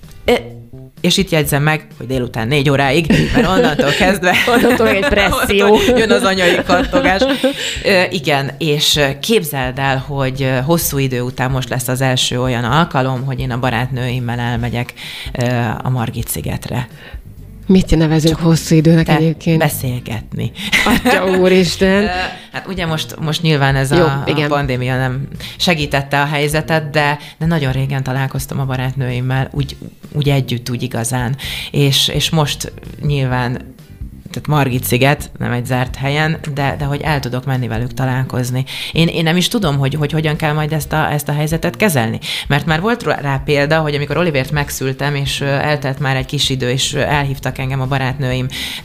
[SPEAKER 2] És itt jegyzem meg, hogy délután négy óráig, mert onnantól kezdve
[SPEAKER 3] onnantól egy presszió.
[SPEAKER 2] Jön az anyai kattogás. E, igen, és képzeld el, hogy hosszú idő után most lesz az első olyan alkalom, hogy én a barátnőimmel elmegyek a Margit-szigetre.
[SPEAKER 3] Mit nevezünk Csak hosszú időnek egyébként?
[SPEAKER 2] Beszélgetni.
[SPEAKER 3] Atya úristen!
[SPEAKER 2] Hát ugye most, most nyilván ez
[SPEAKER 3] Jó,
[SPEAKER 2] a,
[SPEAKER 3] igen.
[SPEAKER 2] a pandémia nem segítette a helyzetet, de, de nagyon régen találkoztam a barátnőimmel, úgy, úgy együtt, úgy igazán. És, és most nyilván tehát Margit-sziget, nem egy zárt helyen, de, de hogy el tudok menni velük találkozni. Én, én nem is tudom, hogy, hogy hogyan kell majd ezt a, ezt a helyzetet kezelni. Mert már volt rá példa, hogy amikor Olivért megszültem, és eltelt már egy kis idő, és elhívtak engem a barátnőim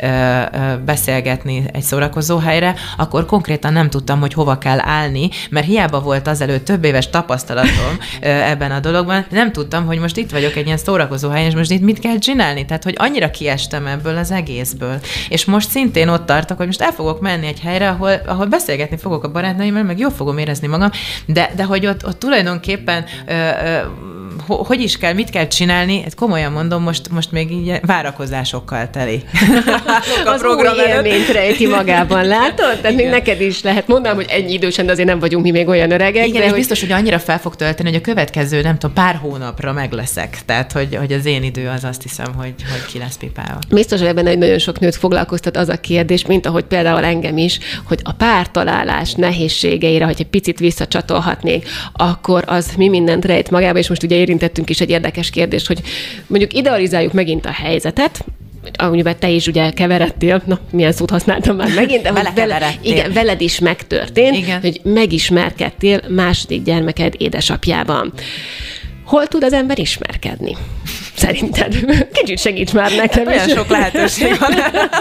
[SPEAKER 2] beszélgetni egy szórakozó helyre, akkor konkrétan nem tudtam, hogy hova kell állni, mert hiába volt azelőtt több éves tapasztalatom ebben a dologban, nem tudtam, hogy most itt vagyok egy ilyen szórakozó helyen, és most itt mit kell csinálni. Tehát, hogy annyira kiestem ebből az egészből. És most szintén ott tartok, hogy most el fogok menni egy helyre, ahol, ahol beszélgetni fogok a barátnőimmel, meg jól fogom érezni magam, de, de hogy ott, ott tulajdonképpen ö, ö, hogy is kell, mit kell csinálni, ezt komolyan mondom, most, most még így várakozásokkal teli.
[SPEAKER 3] Az új élményt rejti magában, látod? Tehát még neked is lehet. Mondanám, hogy ennyi idősen, de azért nem vagyunk mi még olyan öregek.
[SPEAKER 2] Igen,
[SPEAKER 3] de
[SPEAKER 2] és
[SPEAKER 3] hogy...
[SPEAKER 2] biztos, hogy annyira fel fog tölteni, hogy a következő, nem tudom, pár hónapra meg leszek. Tehát, hogy, hogy az én idő az azt hiszem, hogy, hogy ki lesz pipálva.
[SPEAKER 3] Biztos, hogy ebben egy nagyon sok nőt foglalkoztat az a kérdés, mint ahogy például engem is, hogy a pártalálás nehézségeire, hogy egy picit visszacsatolhatnék, akkor az mi mindent rejt magába, és most ugye érintettünk is egy érdekes kérdést, hogy mondjuk idealizáljuk megint a helyzetet, amiben te is ugye keveredtél, na, milyen szót használtam már megint, de hogy veled, igen, veled is megtörtént, igen. Hogy megismerkedtél második gyermeked édesapjában. Hol tud az ember ismerkedni? Szerinted? Kicsit segíts már nekem.
[SPEAKER 2] Olyan sok lehetőség van.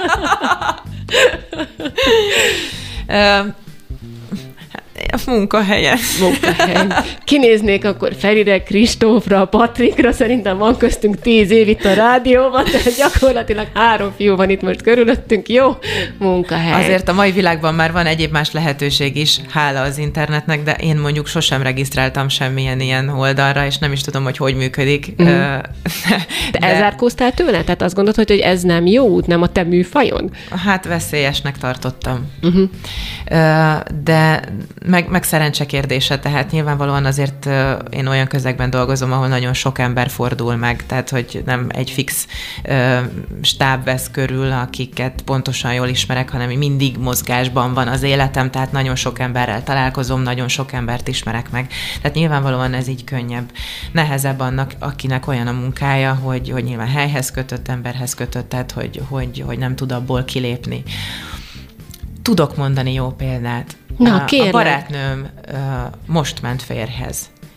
[SPEAKER 2] A munkahelyen.
[SPEAKER 3] Munkahelyen. Kinéznék akkor Ferire, Kristófra, Patrikra, szerintem van köztünk tíz év itt a rádióban, tehát gyakorlatilag három fiú van itt most körülöttünk, jó? Munkahely.
[SPEAKER 2] Azért a mai világban már van egyéb más lehetőség is, hála az internetnek, de én mondjuk sosem regisztráltam semmilyen ilyen oldalra, és nem is tudom, hogy hogy működik. Mm.
[SPEAKER 3] De, de elzárkóztál tőle? Tehát azt gondolod, hogy ez nem jó út, nem a te műfajon?
[SPEAKER 2] Hát veszélyesnek tartottam. Uh-huh. De meg, meg szerencse kérdése, tehát nyilvánvalóan azért én olyan közegben dolgozom, ahol nagyon sok ember fordul meg, tehát hogy nem egy fix stáb vesz körül, akiket pontosan jól ismerek, hanem mindig mozgásban van az életem, tehát nagyon sok emberrel találkozom, nagyon sok embert ismerek meg. Tehát nyilvánvalóan ez így könnyebb. Nehezebb annak, akinek olyan a munkája, hogy, hogy nyilván helyhez kötött, emberhez kötött, tehát hogy, hogy, hogy nem tud abból kilépni. Tudok mondani jó példát.
[SPEAKER 3] Na,
[SPEAKER 2] a,
[SPEAKER 3] kérlek.
[SPEAKER 2] A barátnőm uh, most ment férjhez.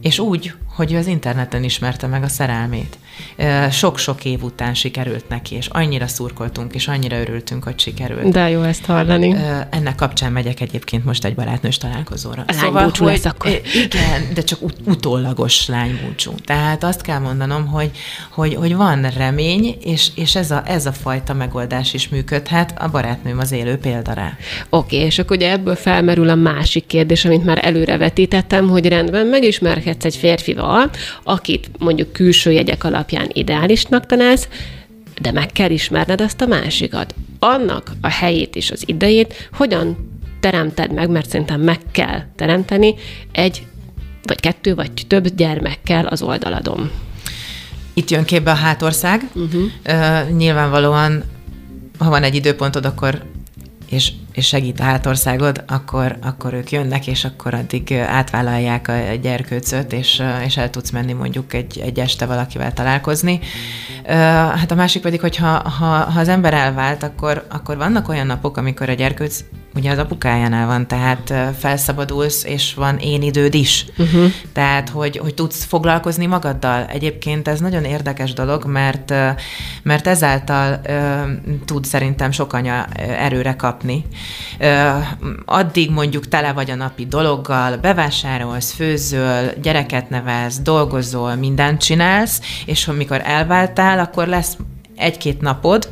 [SPEAKER 2] És úgy, hogy ő az interneten ismerte meg a szerelmét. Sok-sok év után sikerült neki, és annyira szurkoltunk, és annyira örültünk, hogy sikerült.
[SPEAKER 3] De jó ezt hallani.
[SPEAKER 2] Ennek kapcsán megyek egyébként most egy barátnős találkozóra.
[SPEAKER 3] A lánybúcsú szóval, lesz akkor.
[SPEAKER 2] Igen, de csak ut- utólagos lánybúcsú. Tehát azt kell mondanom, hogy, hogy, hogy van remény, és, és ez, a, ez a fajta megoldás is működhet. A barátnőm az élő példa rá.
[SPEAKER 3] Oké, és akkor ugye ebből felmerül a másik kérdés, amit már előrevetítettem, hogy rendben megismerkedsz egy férfival, akit mondjuk külső jegyek alapján ideálisnak találsz, de meg kell ismerned azt a másikat. Annak a helyét és az idejét hogyan teremted meg, mert szerintem meg kell teremteni egy, vagy kettő, vagy több gyermekkel az oldaladon.
[SPEAKER 2] Itt jön képbe a hátország. Uh-huh. Uh, nyilvánvalóan, ha van egy időpontod, akkor és, és segít a hátországod, akkor, akkor ők jönnek, és akkor addig átvállalják a gyerkőcöt, és, és el tudsz menni mondjuk egy, egy este valakivel találkozni. Hát a másik pedig, hogy ha, ha, ha az ember elvált, akkor, akkor vannak olyan napok, amikor a gyerkőc ugye az apukájánál van, tehát felszabadulsz, és van én időd is. Uh-huh. Tehát, hogy, hogy tudsz foglalkozni magaddal. Egyébként ez nagyon érdekes dolog, mert, mert ezáltal uh, tud szerintem sok anya erőre kapni. Uh, addig mondjuk tele vagy a napi dologgal, bevásárolsz, főzöl, gyereket nevelsz, dolgozol, mindent csinálsz, és amikor elváltál, akkor lesz egy-két napod,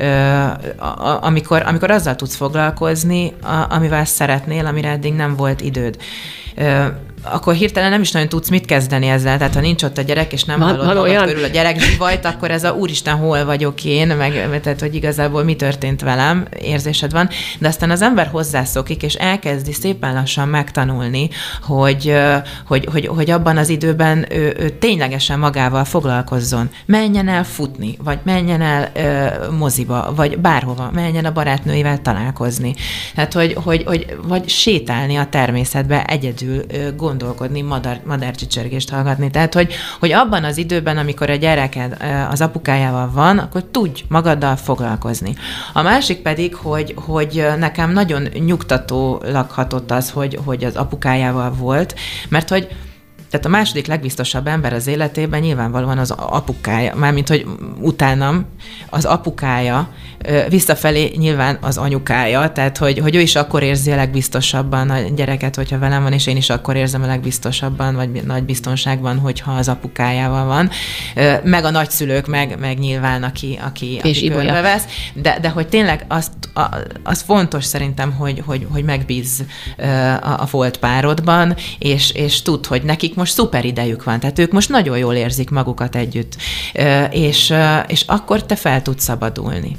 [SPEAKER 2] amikor, amikor azzal tudsz foglalkozni, amivel szeretnél, amire eddig nem volt időd. Akkor hirtelen nem is nagyon tudsz mit kezdeni ezzel, tehát ha nincs ott a gyerek, és nem van, hallod magad olyan körül a gyerek zsivajt, akkor ez a úristen, hol vagyok én, meg tehát, hogy igazából mi történt velem, érzésed van, de aztán az ember hozzászokik, és elkezdi szépen lassan megtanulni, hogy, hogy, hogy, hogy abban az időben ő, ő ténylegesen magával foglalkozzon. Menjen el futni, vagy menjen el ö, moziba, vagy bárhova, menjen a barátnőivel találkozni. Tehát, hogy, hogy, hogy vagy sétálni a természetbe egyedül ö, gondolkodni, madár, madárcsicsergést hallgatni. Tehát, hogy, hogy abban az időben, amikor a gyereked az apukájával van, akkor tudj magaddal foglalkozni. A másik pedig, hogy, hogy nekem nagyon nyugtatólag hatott az, hogy, hogy az apukájával volt, mert hogy tehát a második legbiztosabb ember az életében nyilvánvalóan az apukája, mármint, hogy utánam az apukája, visszafelé nyilván az anyukája, tehát, hogy, hogy ő is akkor érzi a legbiztosabban a gyereket, hogyha velem van, és én is akkor érzem a legbiztosabban, vagy nagy biztonságban, hogyha az apukájával van. Meg a nagyszülők, meg, meg nyilván, aki, aki, aki körbevesz. De, de hogy tényleg azt, a, az fontos szerintem, hogy, hogy, hogy megbízz a, a volt párodban, és, és tudd, hogy nekik most szuper idejük van, tehát ők most nagyon jól érzik magukat együtt, és, és akkor te fel tudsz szabadulni.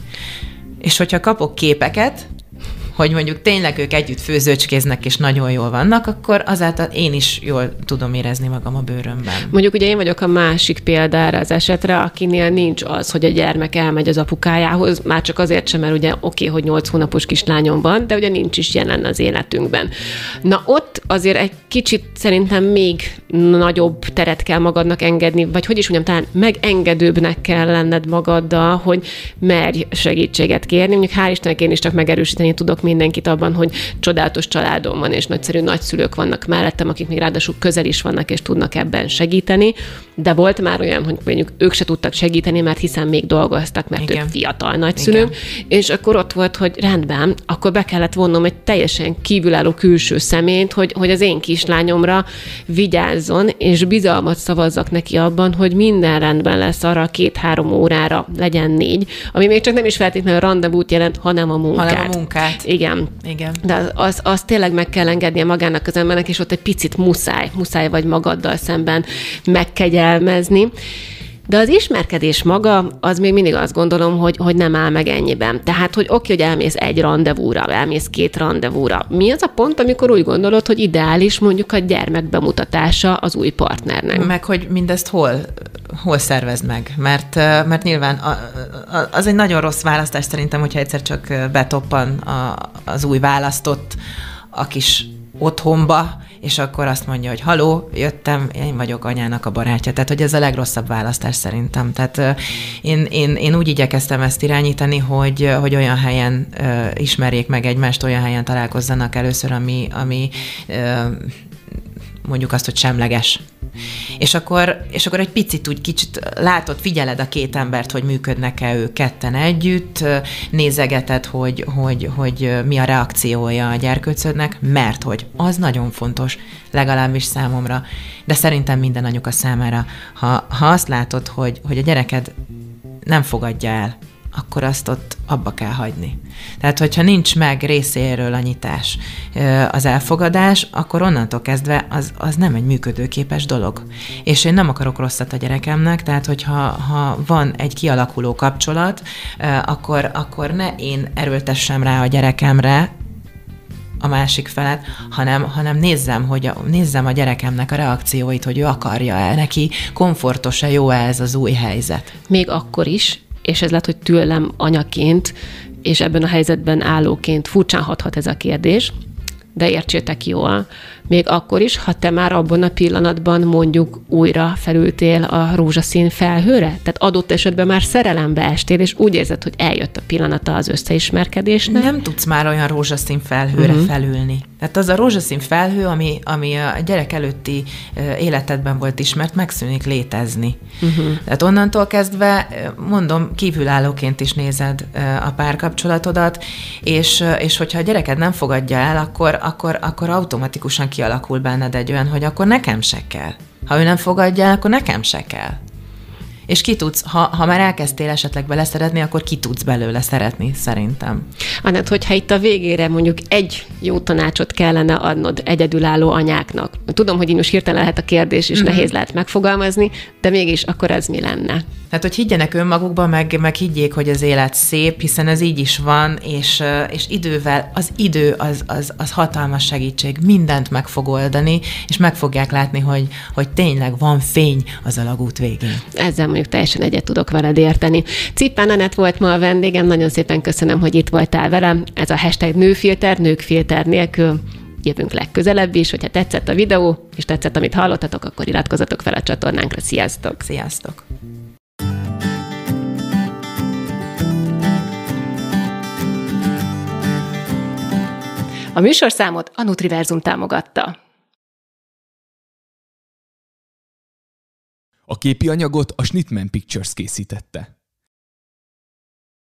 [SPEAKER 2] És hogyha kapok képeket, hogy mondjuk tényleg ők együtt főzőcskéznek, és nagyon jól vannak, akkor azáltal én is jól tudom érezni magam a bőrömben.
[SPEAKER 3] Mondjuk ugye én vagyok a másik példára az esetre, akinél nincs az, hogy a gyermek elmegy az apukájához, már csak azért sem, mert ugye oké, hogy nyolc hónapos kislányom van, de ugye nincs is jelen az életünkben. Na ott azért egy kicsit szerintem még nagyobb teret kell magadnak engedni, vagy hogy is mondjam, talán megengedőbbnek kell lenned magaddal, hogy merj segítséget kérni. Mondjuk hál' Istennek én is csak megerősíteni tudok mindenkit abban, hogy csodálatos családom van, és nagyszerű nagyszülők vannak mellettem, akik még ráadásul közel is vannak, és tudnak ebben segíteni, de volt már olyan, hogy mondjuk ők se tudtak segíteni, mert hiszen még dolgoztak, mert Igen. ők fiatal nagyszülők, Igen. és akkor ott volt, hogy rendben, akkor be kellett vonnom egy teljesen kívülálló külső személyt, hogy, hogy az én kislányomra vigyázzon, és bizalmat szavazzak neki abban, hogy minden rendben lesz arra két-három órára, legyen négy, ami még csak nem is feltétlenül a randevút jelent, hanem a munkát.
[SPEAKER 2] Hanem a munkát.
[SPEAKER 3] Igen.
[SPEAKER 2] Igen.
[SPEAKER 3] De az, az, az tényleg meg kell engednie magának az embernek, és ott egy picit muszáj, muszáj vagy magaddal szemben megkegyelmezni. De az ismerkedés maga, az még mindig azt gondolom, hogy, hogy nem áll meg ennyiben. Tehát, hogy oké, hogy elmész egy randevúra, elmész két randevúra. Mi az a pont, amikor úgy gondolod, hogy ideális mondjuk a gyermek bemutatása az új partnernek?
[SPEAKER 2] Meg, hogy mindezt hol, hol szervezd meg. Mert, mert nyilván a, a, az egy nagyon rossz választás szerintem, hogyha egyszer csak betoppan a, az új választott a kis otthonba, és akkor azt mondja, hogy haló, jöttem, én vagyok anyának a barátja. Tehát, hogy ez a legrosszabb választás szerintem. Tehát uh, én, én, én úgy igyekeztem ezt irányítani, hogy, hogy olyan helyen uh, ismerjék meg egymást, olyan helyen találkozzanak először, ami, ami uh, mondjuk azt, hogy semleges. És akkor, és akkor egy picit úgy kicsit látod, figyeled a két embert, hogy működnek-e ők ketten együtt, nézegeted, hogy, hogy, hogy mi a reakciója a gyerkőcödnek, mert hogy az nagyon fontos, legalábbis számomra, de szerintem minden anyuka számára. Ha, ha azt látod, hogy, hogy a gyereked nem fogadja el, akkor azt ott abba kell hagyni. Tehát, hogyha nincs meg részéről a nyitás, az elfogadás, akkor onnantól kezdve az, az nem egy működőképes dolog. És én nem akarok rosszat a gyerekemnek, tehát, hogyha ha van egy kialakuló kapcsolat, akkor, akkor ne én erőltessem rá a gyerekemre a másik felet, hanem, hanem nézzem, hogy a, nézzem a gyerekemnek a reakcióit, hogy ő akarja-e, neki komfortos-e, jó-e ez az új helyzet.
[SPEAKER 3] Még akkor is, és ez lehet, hogy tőlem anyaként, és ebben a helyzetben állóként furcsán hathat ez a kérdés, de értsétek jól, még akkor is, ha te már abban a pillanatban mondjuk újra felültél a rózsaszín felhőre, tehát adott esetben már szerelembe estél, és úgy érzed, hogy eljött a pillanata az összeismerkedésnek.
[SPEAKER 2] Nem tudsz már olyan rózsaszín felhőre uh-huh. felülni. Tehát az a rózsaszín felhő, ami, ami a gyerek előtti uh, életedben volt ismert, megszűnik létezni. Uh-huh. Tehát onnantól kezdve, mondom, kívülállóként is nézed uh, a párkapcsolatodat, és, uh, és hogyha a gyereked nem fogadja el, akkor, akkor, akkor automatikusan kialakul benned egy olyan, hogy akkor nekem se kell. Ha ő nem fogadja el, akkor nekem se kell. És ki tudsz, ha, ha már elkezdtél esetleg beleszeretni, akkor ki tudsz belőle szeretni, szerintem.
[SPEAKER 3] Anett, hogyha itt a végére mondjuk egy jó tanácsot kellene adnod egyedülálló anyáknak. Tudom, hogy így most hirtelen lehet a kérdés, és mm-hmm. nehéz lehet megfogalmazni, de mégis akkor ez mi lenne?
[SPEAKER 2] Tehát, hogy higgyenek önmagukban, meg, meg higgyék, hogy az élet szép, hiszen ez így is van, és, és idővel, az idő az, az, az hatalmas segítség, mindent meg fog oldani, és meg fogják látni, hogy, hogy tényleg van fény az alagút végén.
[SPEAKER 3] Ezzel mondjuk teljesen egyet tudok veled érteni. Cippán Anett volt ma a vendégem, nagyon szépen köszönöm, hogy itt voltál velem. Ez a hashtag nőfilter, nők filter nélkül. Jövünk legközelebb is, hogyha tetszett a videó, és tetszett, amit hallottatok, akkor iratkozzatok fel a csatornánkra. Sziasztok!
[SPEAKER 2] Sziasztok!
[SPEAKER 3] A műsorszámot a Nutriverzum támogatta.
[SPEAKER 5] A képi anyagot a Schnittman Pictures készítette.